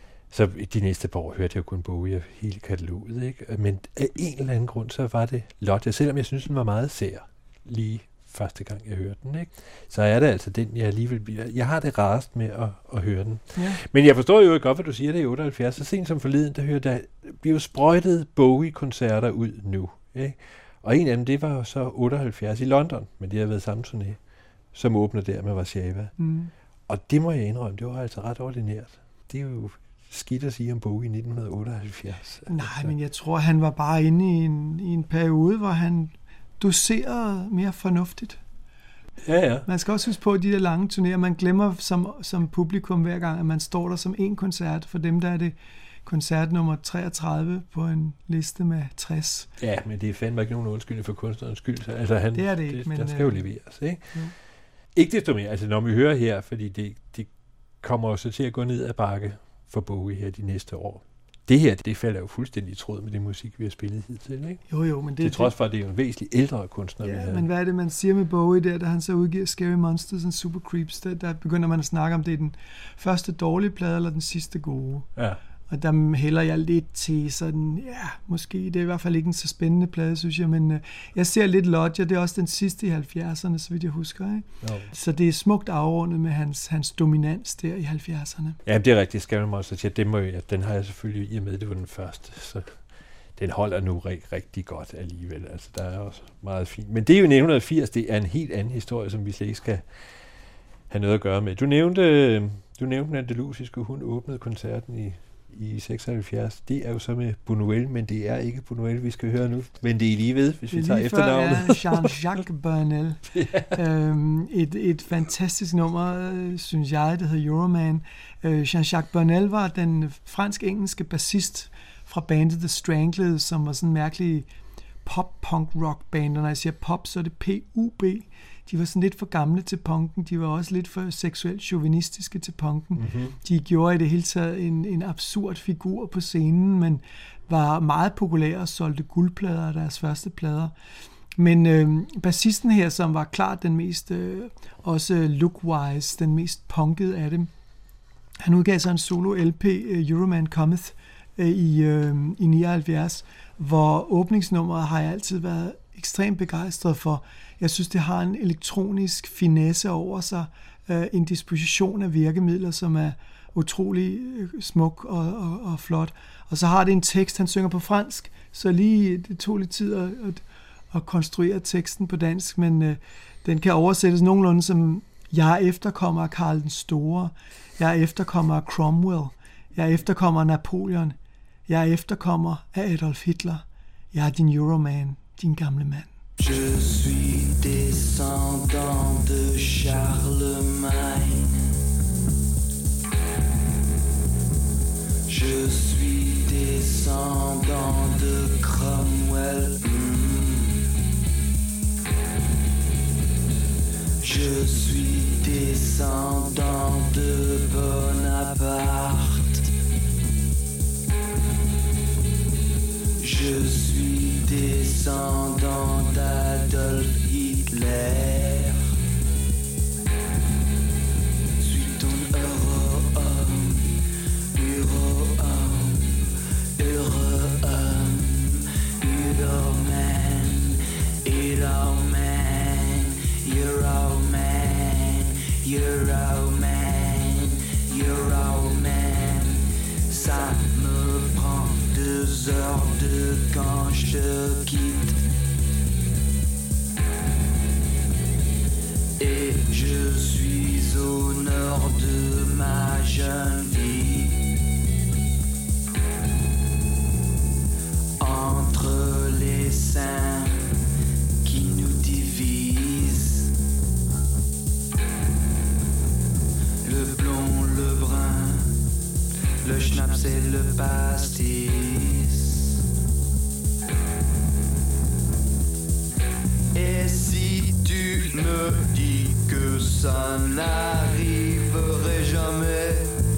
Speaker 2: de næste par år hørte jeg jo kun Bowie og hele kataloget, ikke? Men af en eller anden grund, så var det Lodger, selvom jeg synes, den var meget sær lige første gang, jeg hørte den, ikke? Så er det altså den, jeg alligevel bliver. Jeg har det rarest med at høre den. Ja. Men jeg forstår jo ikke godt, hvad du siger det i 78. Så sent som forleden, der bliver jo sprøjtet Bowie-koncerter ud nu, ikke? Og en af dem, det var jo så 78 i London, men det har været samme turné, som åbner der med Warszawa. Og det må jeg indrømme, det var altså ret ordinært. Det er jo skidt at sige om Bowie i 1978.
Speaker 3: Nej, men jeg tror, han var bare inde i en periode, hvor han doserede mere fornuftigt.
Speaker 2: Ja.
Speaker 3: Man skal også huske på, at de der lange turnéer, man glemmer som publikum hver gang, at man står der som en koncert. For dem, der er det koncert nummer 33 på en liste med 60.
Speaker 2: Ja, men det er fandme ikke nogen undskyldning for kunstnerens skyld. Altså
Speaker 3: det er det ikke.
Speaker 2: Der skal jo leveres, ikke? Ikke desto mere, altså når vi hører her, fordi det kommer jo så til at gå ned ad bakke for Bowie her de næste år. Det her, det falder jo fuldstændig i tråd med det musik, vi har spillet hidtil, ikke?
Speaker 3: Jo, men det
Speaker 2: til trods for, at det er jo en væsentlig ældre kunstner, vi havde.
Speaker 3: Men hvad er det, man siger med Bowie der, da han så udgiver Scary Monsters and Super Creeps, der begynder man at snakke om, det er den første dårlige plade, eller den sidste gode. Ja. Og der hælder jeg lidt til sådan, måske, det er i hvert fald ikke en så spændende plade, synes jeg, men jeg ser lidt Lodger, det er også den sidste i 70'erne, så vidt jeg husker, ikke? Jo. Så det er smukt afrundet med hans dominans der i 70'erne. Ja,
Speaker 2: det er rigtigt, Scary Monsters, den har jeg selvfølgelig i og med, det var den første, så den holder nu rigtig godt alligevel, altså der er også meget fint. Men det er jo 1980, det er en helt anden historie, som vi slet ikke skal have noget at gøre med. Du nævnte den andalusiske hund åbnede koncerten i 76. Det er jo så med Buñuel, men det er ikke Buñuel, vi skal høre nu. Men det er lige ved, hvis vi tager efternavnet.
Speaker 3: Jean-Jacques Burnel. Et fantastisk nummer, synes jeg, det hedder Euroman. Jean-Jacques Burnel var den fransk-engelske bassist fra bandet The Stranglers, som var sådan en mærkelig pop-punk-rock-band. Og når jeg siger pop, så er det P-U-B. De var sådan lidt for gamle til punken. De var også lidt for seksuelt chauvinistiske til punken. De gjorde i det hele taget en absurd figur på scenen, men var meget populære og solgte guldplader af deres første plader. Men bassisten her, som var klart den mest, også look-wise, den mest punkede af dem, han udgav sig en solo-LP, Euroman Cometh, i 79, hvor åbningsnummeret har jeg altid været ekstremt begejstret for. Jeg synes, det har en elektronisk finesse over sig, en disposition af virkemidler, som er utrolig smuk og flot. Og så har det en tekst, han synger på fransk, så lige det tog lidt tid at konstruere teksten på dansk, men den kan oversættes nogenlunde som: jeg er efterkommer af Karl den Store, jeg er efterkommer af Cromwell, jeg er efterkommer af Napoleon, jeg er efterkommer af Adolf Hitler, jeg er din Euroman, din gamle mand.
Speaker 5: Je suis descendant de Charlemagne. Je suis descendant de Cromwell. Je suis descendant de Bonaparte. Je suis descendant d'Adolf Hitler. Suis ton euro-homme, euro-homme, euro-homme, euro-man, euro-man, euro-man, euro-man, euro-man. Ça me prend 2 heures de quand je te quitte. Et je suis au nord de ma jeune vie. Entre les seins qui nous divisent. Le blond, le brun, le schnapps et le pastis. Et si tu me dis que ça n'arriverait jamais,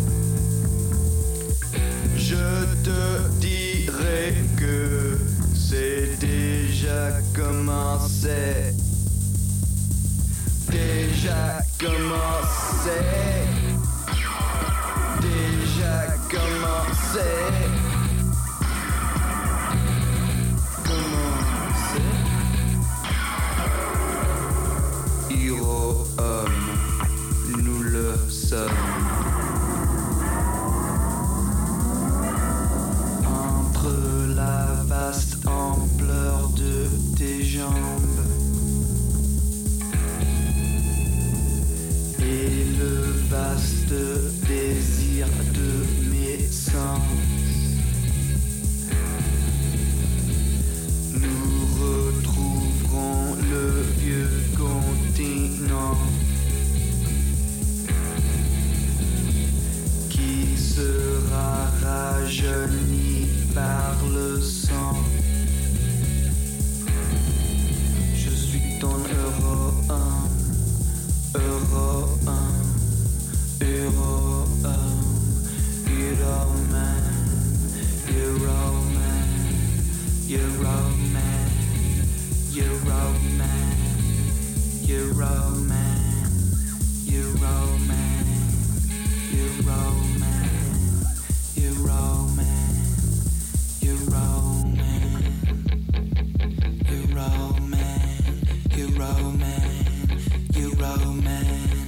Speaker 5: je te dirai que c'est déjà commencé. Déjà commencé. Déjà commencé. Commencé. Héros-homme, nous le sommes. Entre la vaste ampleur de tes jambes et le vaste désir de mes sens, nous retrouverons le vieux continent qui sera rajeuni par le sang. Je suis ton euro-homme, euro-homme, euro-homme, euro-man, euro-man, euro-man, euro-man, euro-man, euro-man, euro-man, euro-man, euro-man, euro-man, euro-man,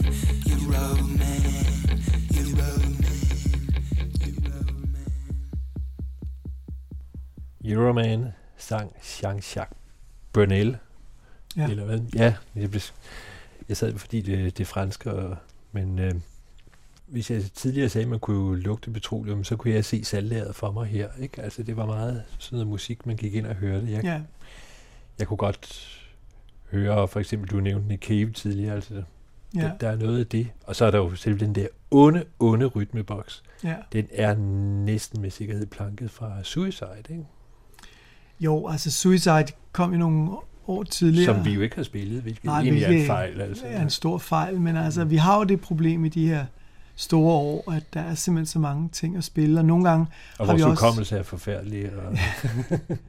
Speaker 2: Euroman sang Jean-Jacques Brunel.
Speaker 3: Ja.
Speaker 2: Eller hvad? Ja, jeg sad fordi det er fransk, men hvis jeg tidligere sagde, at man kunne lugte petroleum, så kunne jeg se saltlageret for mig her. Ikke? Altså, det var meget sådan noget musik, man gik ind og hørte. Jeg kunne godt høre, for eksempel, du nævnte Nick Cave tidligere, altså der er noget af det. Og så er der jo selv den der onde rytmeboks. Ja. Den er næsten med sikkerhed planket fra Suicide, ikke?
Speaker 3: Jo, altså Suicide kom jo nogle år tidligere.
Speaker 2: Som vi jo ikke har spillet, hvilket egentlig er en fejl. Altså.
Speaker 3: Det er en stor fejl, men altså, vi har jo det problem i de her store år, at der er simpelthen så mange ting at spille, og nogle gange
Speaker 2: og
Speaker 3: har vi også...
Speaker 2: vores hukommelse er forfærdelig.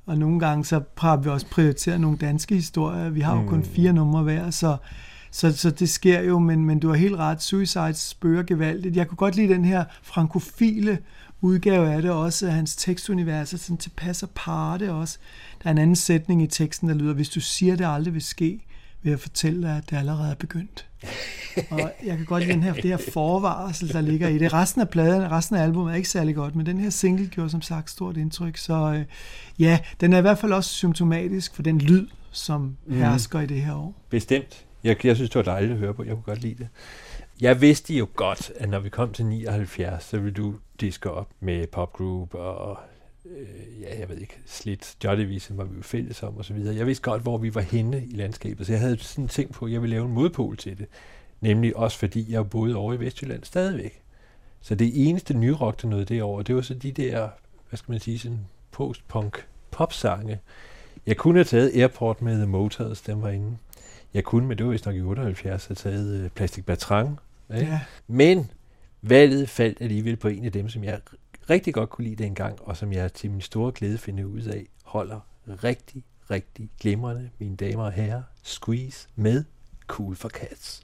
Speaker 3: Og nogle gange så har vi også prioriteret nogle danske historier. Vi har jo kun 4 numre hver, så det sker jo, men du har helt ret. Suicide spørger gevaldigt. Jeg kunne godt lide den her frankofile udgave af det også, at hans tekstunivers er sådan tilpas aparte også. Der er en anden sætning i teksten, der lyder, hvis du siger, det aldrig vil ske, vil jeg fortælle dig, at det allerede er begyndt. Og jeg kan godt lide det her forvarsel, der ligger i det. Resten af albumet er ikke særlig godt, men den her single gjorde som sagt stort indtryk. Så ja, den er i hvert fald også symptomatisk for den lyd, som hersker i det her år.
Speaker 2: Bestemt. Jeg synes, det var dejligt at høre på. Jeg kunne godt lide det. Jeg vidste jo godt, at når vi kom til 79, så ville du diske op med popgroup og jeg ved ikke, Slit, Joy Division var vi jo fælles om og så videre. Jeg vidste godt, hvor vi var henne i landskabet, så jeg havde sådan tænkt på, at jeg ville lave en modpol til det. Nemlig også fordi jeg boede over i Vestjylland stadigvæk. Så det eneste nye rock, der nåede det over, det var så de der, hvad skal man sige, sådan post-punk popsange. Jeg kunne have taget Airport med The Motors, den var inde. Jeg kunne, men det var vist nok i 78, have taget Plastic Bertrand. Ja. Men valget faldt alligevel på en af dem, som jeg rigtig godt kunne lide dengang, og som jeg til min store glæde finder ud af, holder rigtig, rigtig glimrende, mine damer og herrer. Squeeze med Cool for Cats.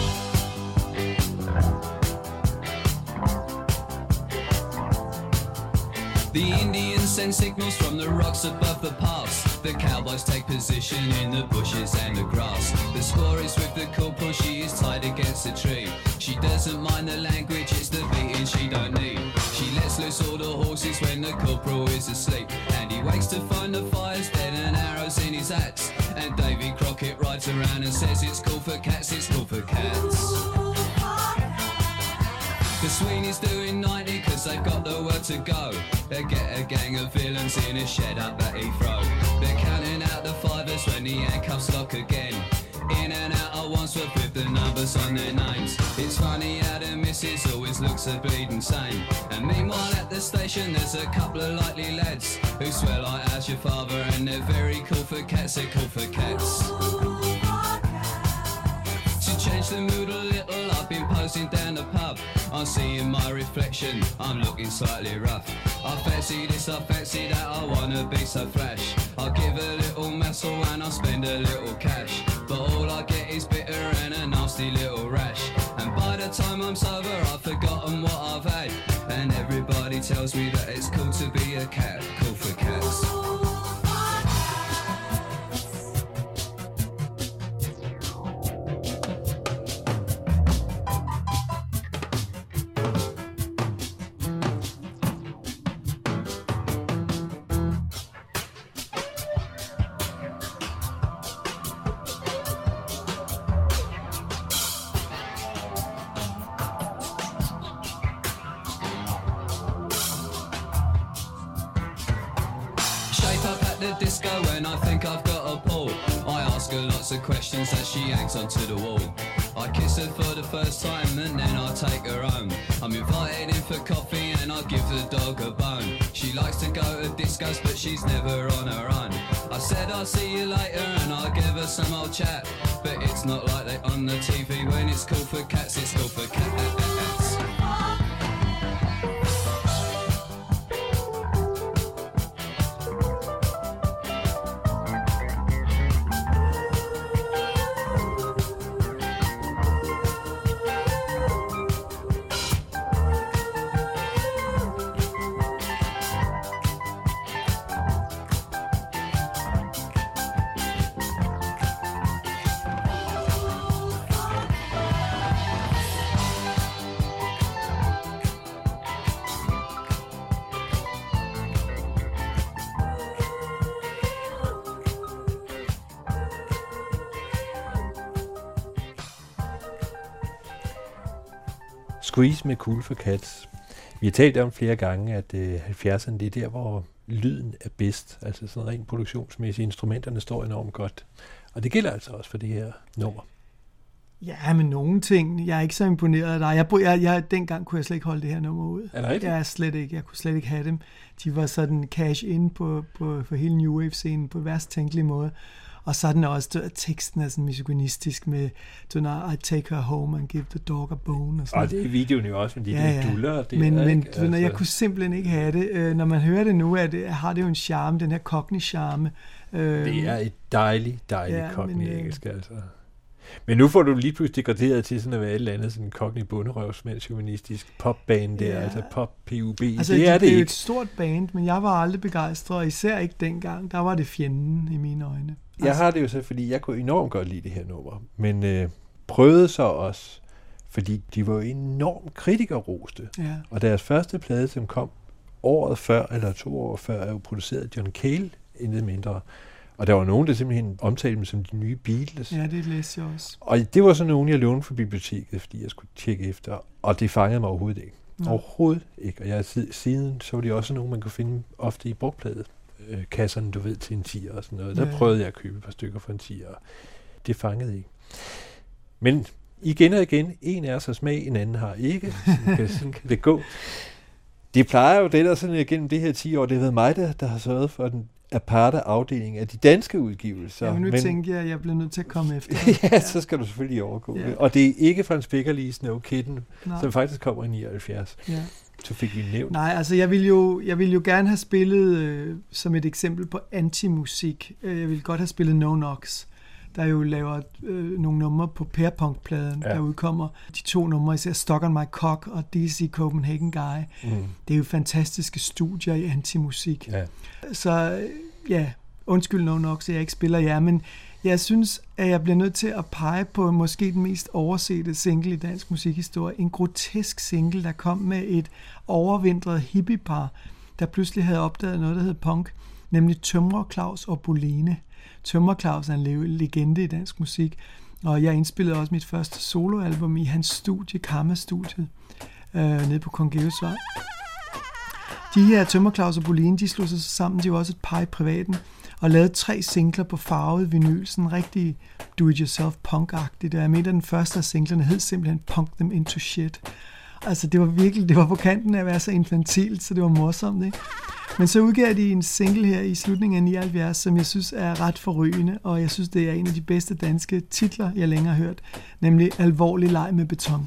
Speaker 6: The Indians send signals from the rocks above the pass. The cowboys take position in the bushes and the grass. The score is with the corporal, she is tied against a tree. She doesn't mind the language, it's the beating she don't need. She lets loose all the horses when the corporal is asleep. And he wakes to find the fire's dead and arrows in his axe. And Davy Crockett rides around and says it's cool for cats, it's cool for cats. The Sweeney's doing 90 cause they've got the word to go. They get a gang of villains in a shed up at Heathrow. They're counting out the fivers when the handcuffs lock again. In and out of Wandsworth with the numbers on their names. It's funny how the missus always looks a bleeding sane. And meanwhile at the station there's a couple of likely lads who swear like how's your father, and they're very cool for cats, they're cool for cats. To change the mood a little, I've been posing down the pub. I'm seeing my reflection, I'm looking slightly rough. I fancy this, I fancy that, I wanna be so flash. I'll give a little muscle and I'll spend a little cash. But all I get is bitter and a nasty little rash. And by the time I'm sober, I've forgotten what I've had. And everybody tells me that it's cool to be a cat, cool for cats. Questions as she hangs onto the wall. I kiss her for the first time and then I take her home. I'm invited in for coffee and I give the dog a bone. She likes to go to discos but she's never on her own. I said I'll see you later and I'll give her some old chat. But it's not like they on the TV. When it's cool for cats, it's cool for cats.
Speaker 2: Squeeze med Cool for Cats. Vi har talt om flere gange, at 70'erne, det er der, hvor lyden er bedst. Altså sådan rent produktionsmæssigt. Instrumenterne står enormt godt. Og det gælder altså også for det her nummer.
Speaker 3: Ja, men nogle ting. Jeg er ikke så imponeret af dig. Dengang kunne jeg slet ikke holde det her nummer ud.
Speaker 2: Er det rigtigt?
Speaker 3: Jeg kunne slet ikke have dem. De var sådan cash in på hele New Wave-scenen på værst tænkelig måde. Og så er den også, teksten er sådan misogynistisk med, I take her home and give the dog a bone. Og
Speaker 2: det er videoen jo også, med de der duller.
Speaker 3: Men jeg kunne simpelthen ikke have det. Når man hører det nu, har det jo en charme, den her Cockney-charme.
Speaker 2: Det er et dejligt Cockney-engelsk, altså. Men nu får du lige pludselig degraderet til sådan at være et eller andet sådan Cockney bunderøvsmandsjuvenistisk popband der, altså pop-PUB.
Speaker 3: Altså, det er jo et stort band, men jeg var aldrig begejstret, og især ikke dengang. Der var det fjenden i mine øjne.
Speaker 2: Jeg har det jo så, fordi jeg kunne enormt godt lide det her nummer, men prøvede så også, fordi de var jo enormt kritikerroste. Ja. Og deres første plade, som kom året før, eller 2 år før, er jo produceret af John Cale, intet mindre. Og der var nogen, der simpelthen omtalte dem som de nye Beatles.
Speaker 3: Ja, det læste jeg også.
Speaker 2: Og det var så nogen, jeg lånte fra biblioteket, fordi jeg skulle tjekke efter. Og det fangede mig overhovedet ikke. Overhovedet ikke. Og jeg siden så var de også nogen, man kunne finde ofte i brugtplade. Kasserne, du ved, til en 10'er og sådan noget. Der prøvede jeg at købe et par stykker for en 10'er. Det fangede ikke. Men igen og igen, en er så smag, en anden har ikke. Sådan kan det gå. Det plejer jo det der sådan gennem det her 10 år, det har været mig, der har sørget for den aparte afdeling af de danske udgivelser.
Speaker 3: Ja, men nu tænker jeg, at jeg bliver nødt til at komme efter.
Speaker 2: Ja, så skal du selvfølgelig overgå det. Og det er ikke Frans Beckerlis No Kitten, som faktisk kommer i 79. Ja. Så fik vi nævnt.
Speaker 3: Nej, altså jeg vil jo gerne have spillet som et eksempel på antimusik. Jeg vil godt have spillet No Knocks, der jo laver nogle numre på Pærepunk-pladen, der udkommer. De 2 numre, især Stuck on My Cock og DC Copenhagen Guy. Det er jo fantastiske studier i antimusik. Ja. Så undskyld No Knocks, at jeg ikke spiller jer, men jeg synes, at jeg bliver nødt til at pege på måske den mest oversete single i dansk musikhistorie. En grotesk single, der kom med et overvintret hippiepar, der pludselig havde opdaget noget, der hed punk, nemlig Tømrer Claus og Bolene. Tømrer Claus er en legende i dansk musik, og jeg indspillede også mit første soloalbum i hans studie, Karma-studiet, nede på Kongeusvej. De her Tømrer Claus og Bolene, de slog sig sammen, de var også et par i privaten, og lavede 3 singler på farvet vinyl, sådan rigtig do-it-yourself punk-agtigt. Jeg mener, den første af singlerne hed simpelthen Punk Them Into Shit. Altså, det var på kanten af at være så infantilt, så det var morsomt, ikke? Men så udgav de en single her i slutningen af 79, som jeg synes er ret forrygende, og jeg synes, det er en af de bedste danske titler, jeg længere har hørt, nemlig Alvorlig leg med beton.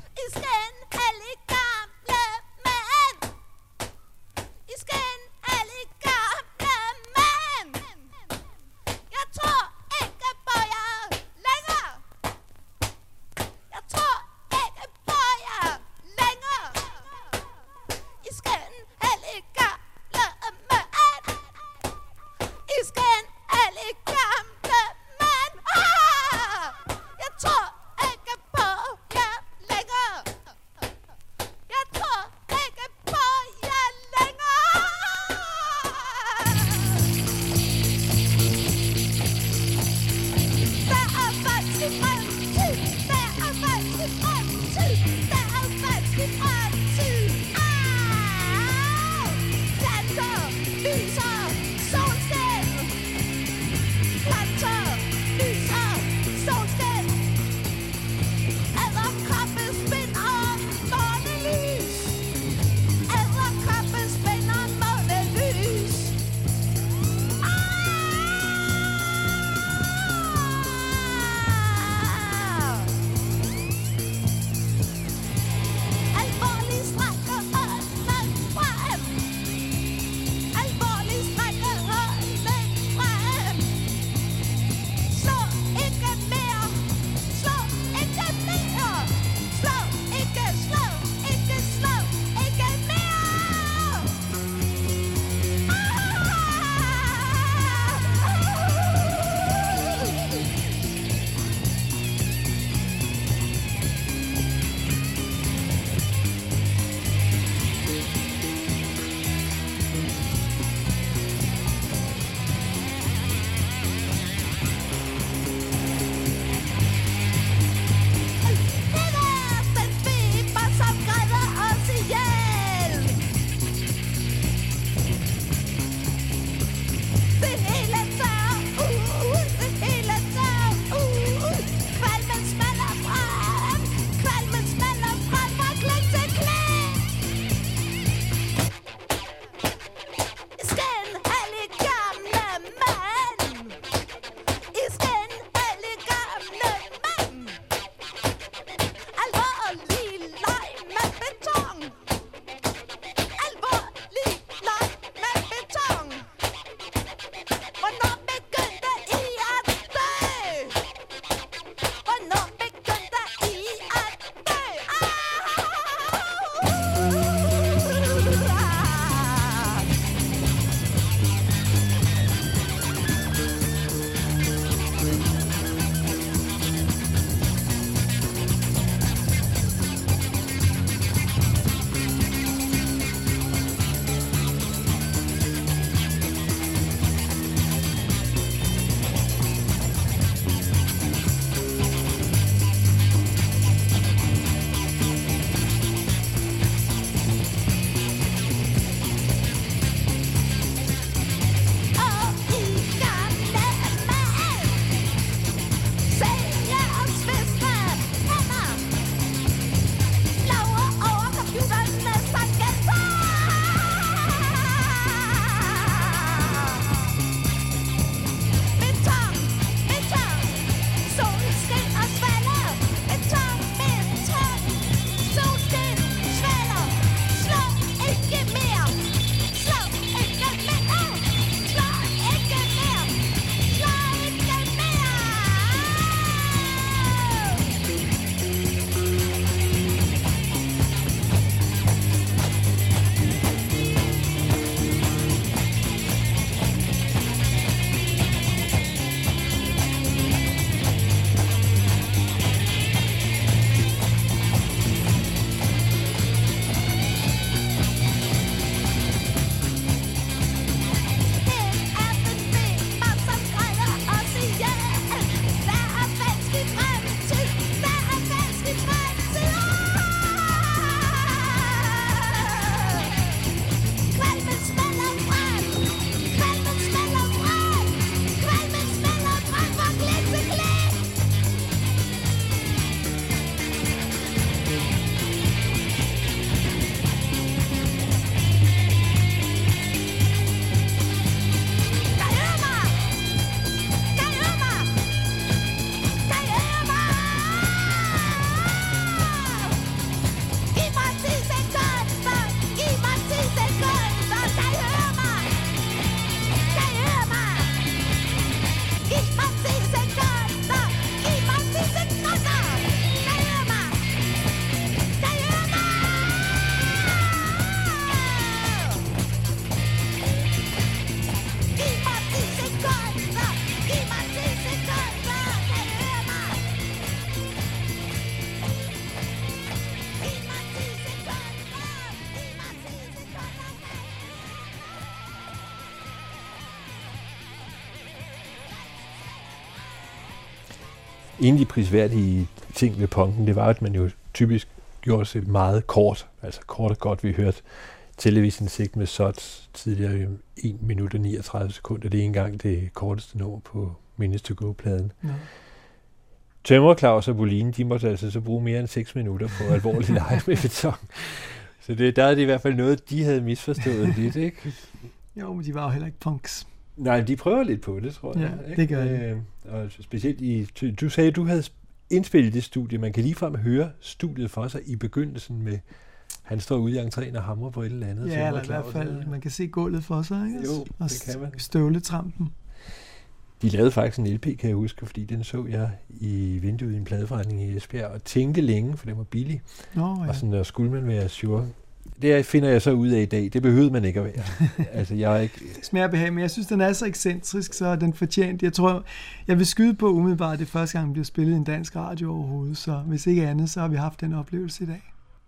Speaker 2: en af de prisværdige ting ved punken, det var, at man jo typisk gjorde sig meget kort. Altså kort og godt, vi hørte Television Sick med Sods tidligere 1 minut og 39 sekunder. Det er ikke engang det korteste nummer på Minutes to Go-pladen. Ja. Tømrer, Claus og Bolin, de måtte altså så bruge mere end 6 minutter på alvorlig live med beton. Så der er det i hvert fald noget, de havde misforstået lidt, ikke?
Speaker 3: Jo, men de var jo heller ikke punks.
Speaker 2: Nej, de prøver lidt på det, tror jeg.
Speaker 3: Ja, det gør de.
Speaker 2: Og specielt du sagde, at du havde indspillet det studie. Man kan ligefrem høre studiet for sig i begyndelsen med, han står ude i entréen og hamrer på et eller andet.
Speaker 3: Ja, eller i hvert fald, man kan se gulvet for sig, ikke?
Speaker 2: Jo, og det kan man.
Speaker 3: Støvletrampen. De
Speaker 2: lavede faktisk en LP, kan jeg huske, fordi den så jeg i vinduet i en pladeforretning i Esbjerg, og tænkte længe, for den var billig. Ja. Og sådan, der skulle man være sure. Det finder jeg så ud af i dag. Det behøvede man ikke at være. Altså, jeg er ikke...
Speaker 3: Smager behag, men jeg synes, den er så ekscentrisk, så er den fortjent. Jeg tror, jeg vil skyde på umiddelbart, det første gang, den bliver spillet i en dansk radio overhovedet. Så hvis ikke andet, så har vi haft den oplevelse i dag.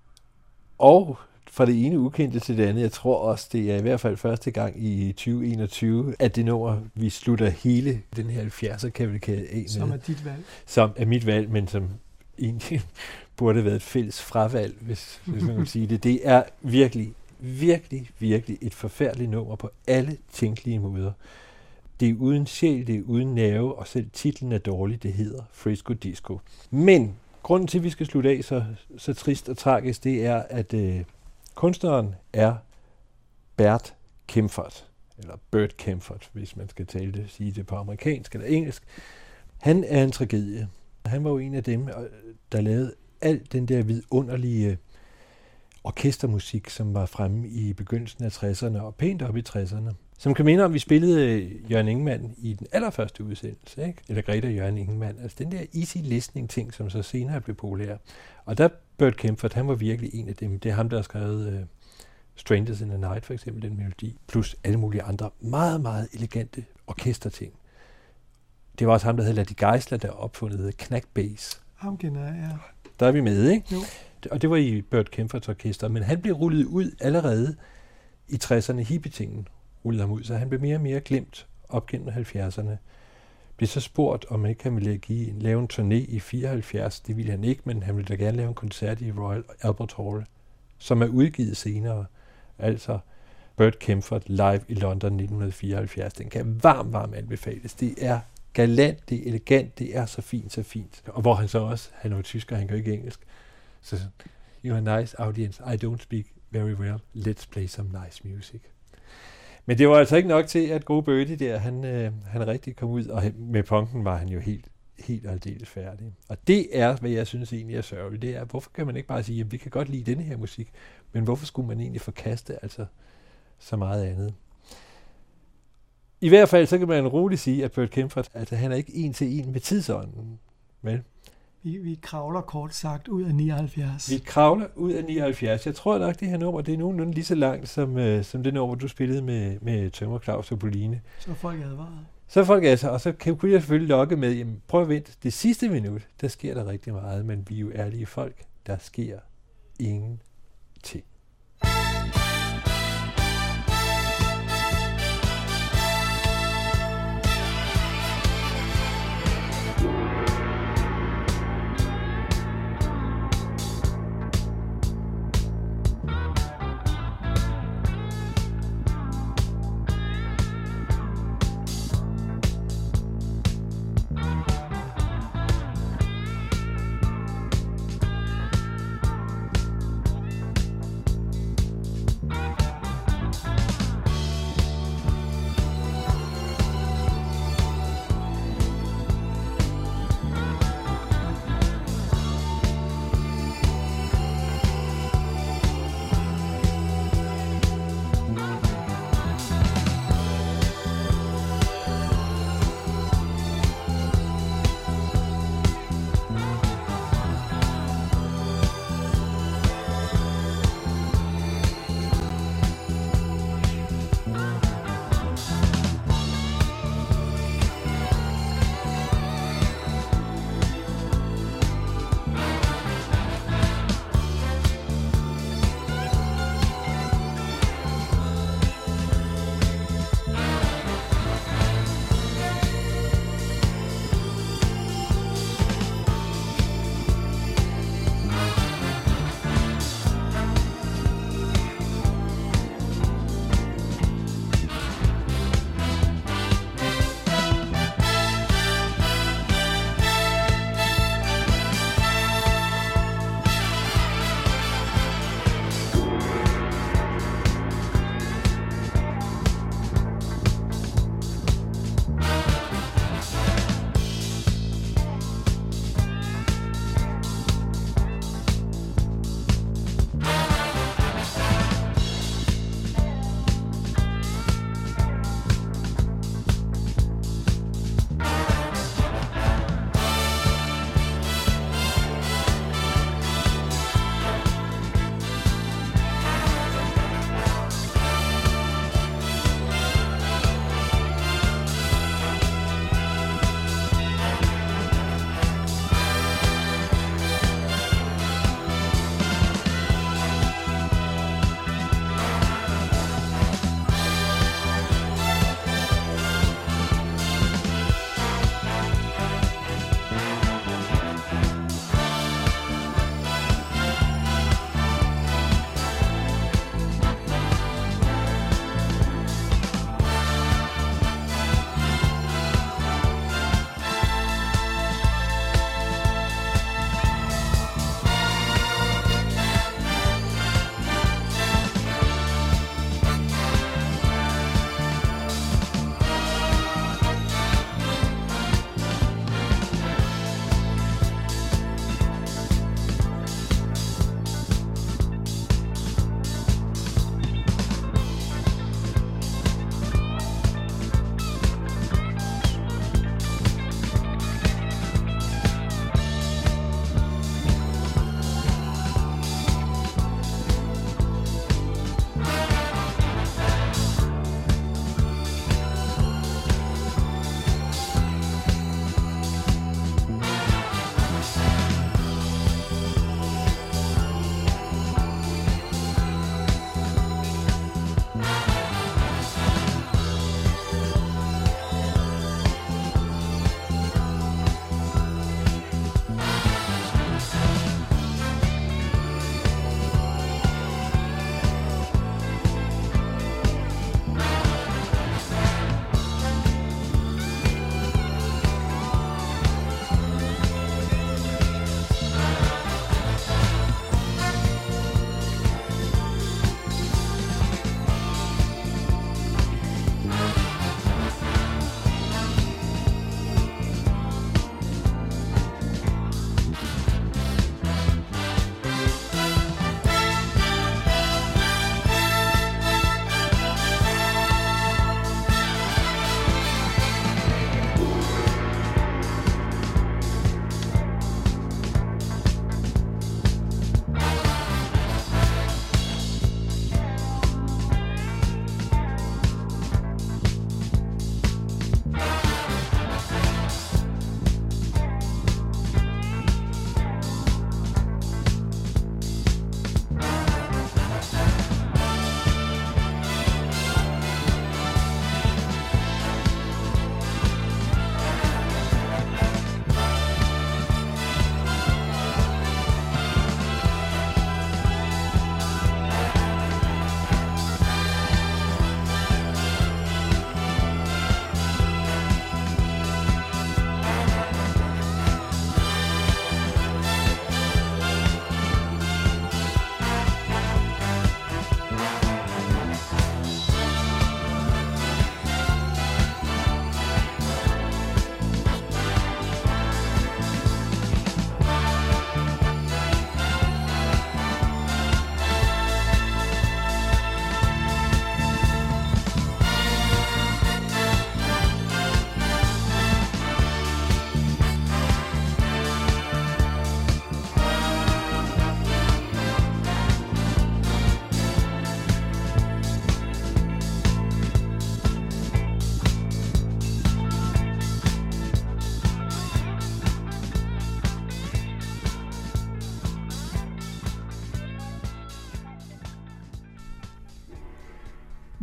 Speaker 2: Og fra det ene ukendte til det andet, jeg tror også, det er i hvert fald første gang i 2021, at det nummer, vi slutter hele den her 70'er-kavalkade af med.
Speaker 3: Som er dit valg.
Speaker 2: Som er mit valg, men som egentlig burde have været et fælles fravalg, hvis man kan sige det. Det er virkelig, virkelig, virkelig et forfærdeligt nummer på alle tænkelige måder. Det er uden sjæl, det er uden nerve, og selv titlen er dårlig, det hedder Frisco Disco. Men grunden til, at vi skal slutte af så trist og tragisk, det er, at kunstneren er Bert Kaempfert, eller Bert Kaempfert, hvis man skal sige det på amerikansk eller engelsk. Han er en tragedie. Han var jo en af dem, der lavede al den der vidunderlige orkestermusik, som var fremme i begyndelsen af 60'erne og pænt op i 60'erne. Som kan minde om, vi spillede Jørgen Ingemann i den allerførste udsendelse, ikke? Eller Greta Jørgen Ingemann. Altså den der easy listening ting, som så senere blev populær. Og der Bert Kaempfert, han var virkelig en af dem. Det er ham, der har skrevet Strangers in the Night, for eksempel, den melodi. Plus alle mulige andre meget, meget elegante orkesterting. Det var også ham, der hed Ladi Geisler, der opfundet Knack Bass.
Speaker 3: Ham kender jeg, ja.
Speaker 2: Der er vi med, ikke?
Speaker 3: Jo.
Speaker 2: Og det var i Bert Kaempferts orkester, men han blev rullet ud allerede i 60'erne. Hippietingen rullede ham ud, så han blev mere og mere glemt op gennem 70'erne. Blev så spurgt, om han ikke ville lave en turné i 74. Det ville han ikke, men han ville da gerne lave en koncert i Royal Albert Hall, som er udgivet senere. Altså Bert Kaempfert live i London 1974. Den kan varmt anbefales. Det er galant, det er elegant, det er så fint. Og hvor han så også, han er jo tysker, han kan jo ikke engelsk. Så you're a nice audience. I don't speak very well. Let's play some nice music. Men det var altså ikke nok til, at gode Bertie der, han rigtig kom ud, og med punken var han jo helt aldeles færdig. Og det er, hvad jeg synes egentlig er sørgeligt, det er, hvorfor kan man ikke bare sige, at vi kan godt lide denne her musik, men hvorfor skulle man egentlig forkaste altså så meget andet? I hvert fald, så kan man roligt sige, at Bert Kaempfert, altså han er ikke en til en med tidsånden, vel?
Speaker 3: Vi kravler kort sagt ud af 79.
Speaker 2: Vi kravler ud af 79. Jeg tror nok, det her nummer, det er nogenlunde lige så langt, som det nummer, du spillede med Tømrer, Claus og Boline.
Speaker 3: Så er folk advaret.
Speaker 2: Så er folk altså, og så kunne jeg selvfølgelig lokke med, jamen prøv at vente, det sidste minut, der sker der rigtig meget, men vi er jo ærlige folk, der sker ingenting.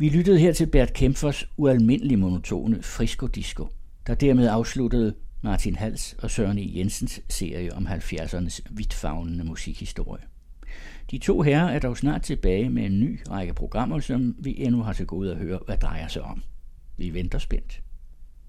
Speaker 1: Vi lyttede her til Bert Kaempfers ualmindelig monotone Frisco Disco, der dermed afsluttede Martin Hals og Søren E. Jensens serie om 70'ernes vidtfavnende musikhistorie. De to herrer er dog snart tilbage med en ny række programmer, som vi endnu har til gode at høre, hvad drejer sig om. Vi venter spændt.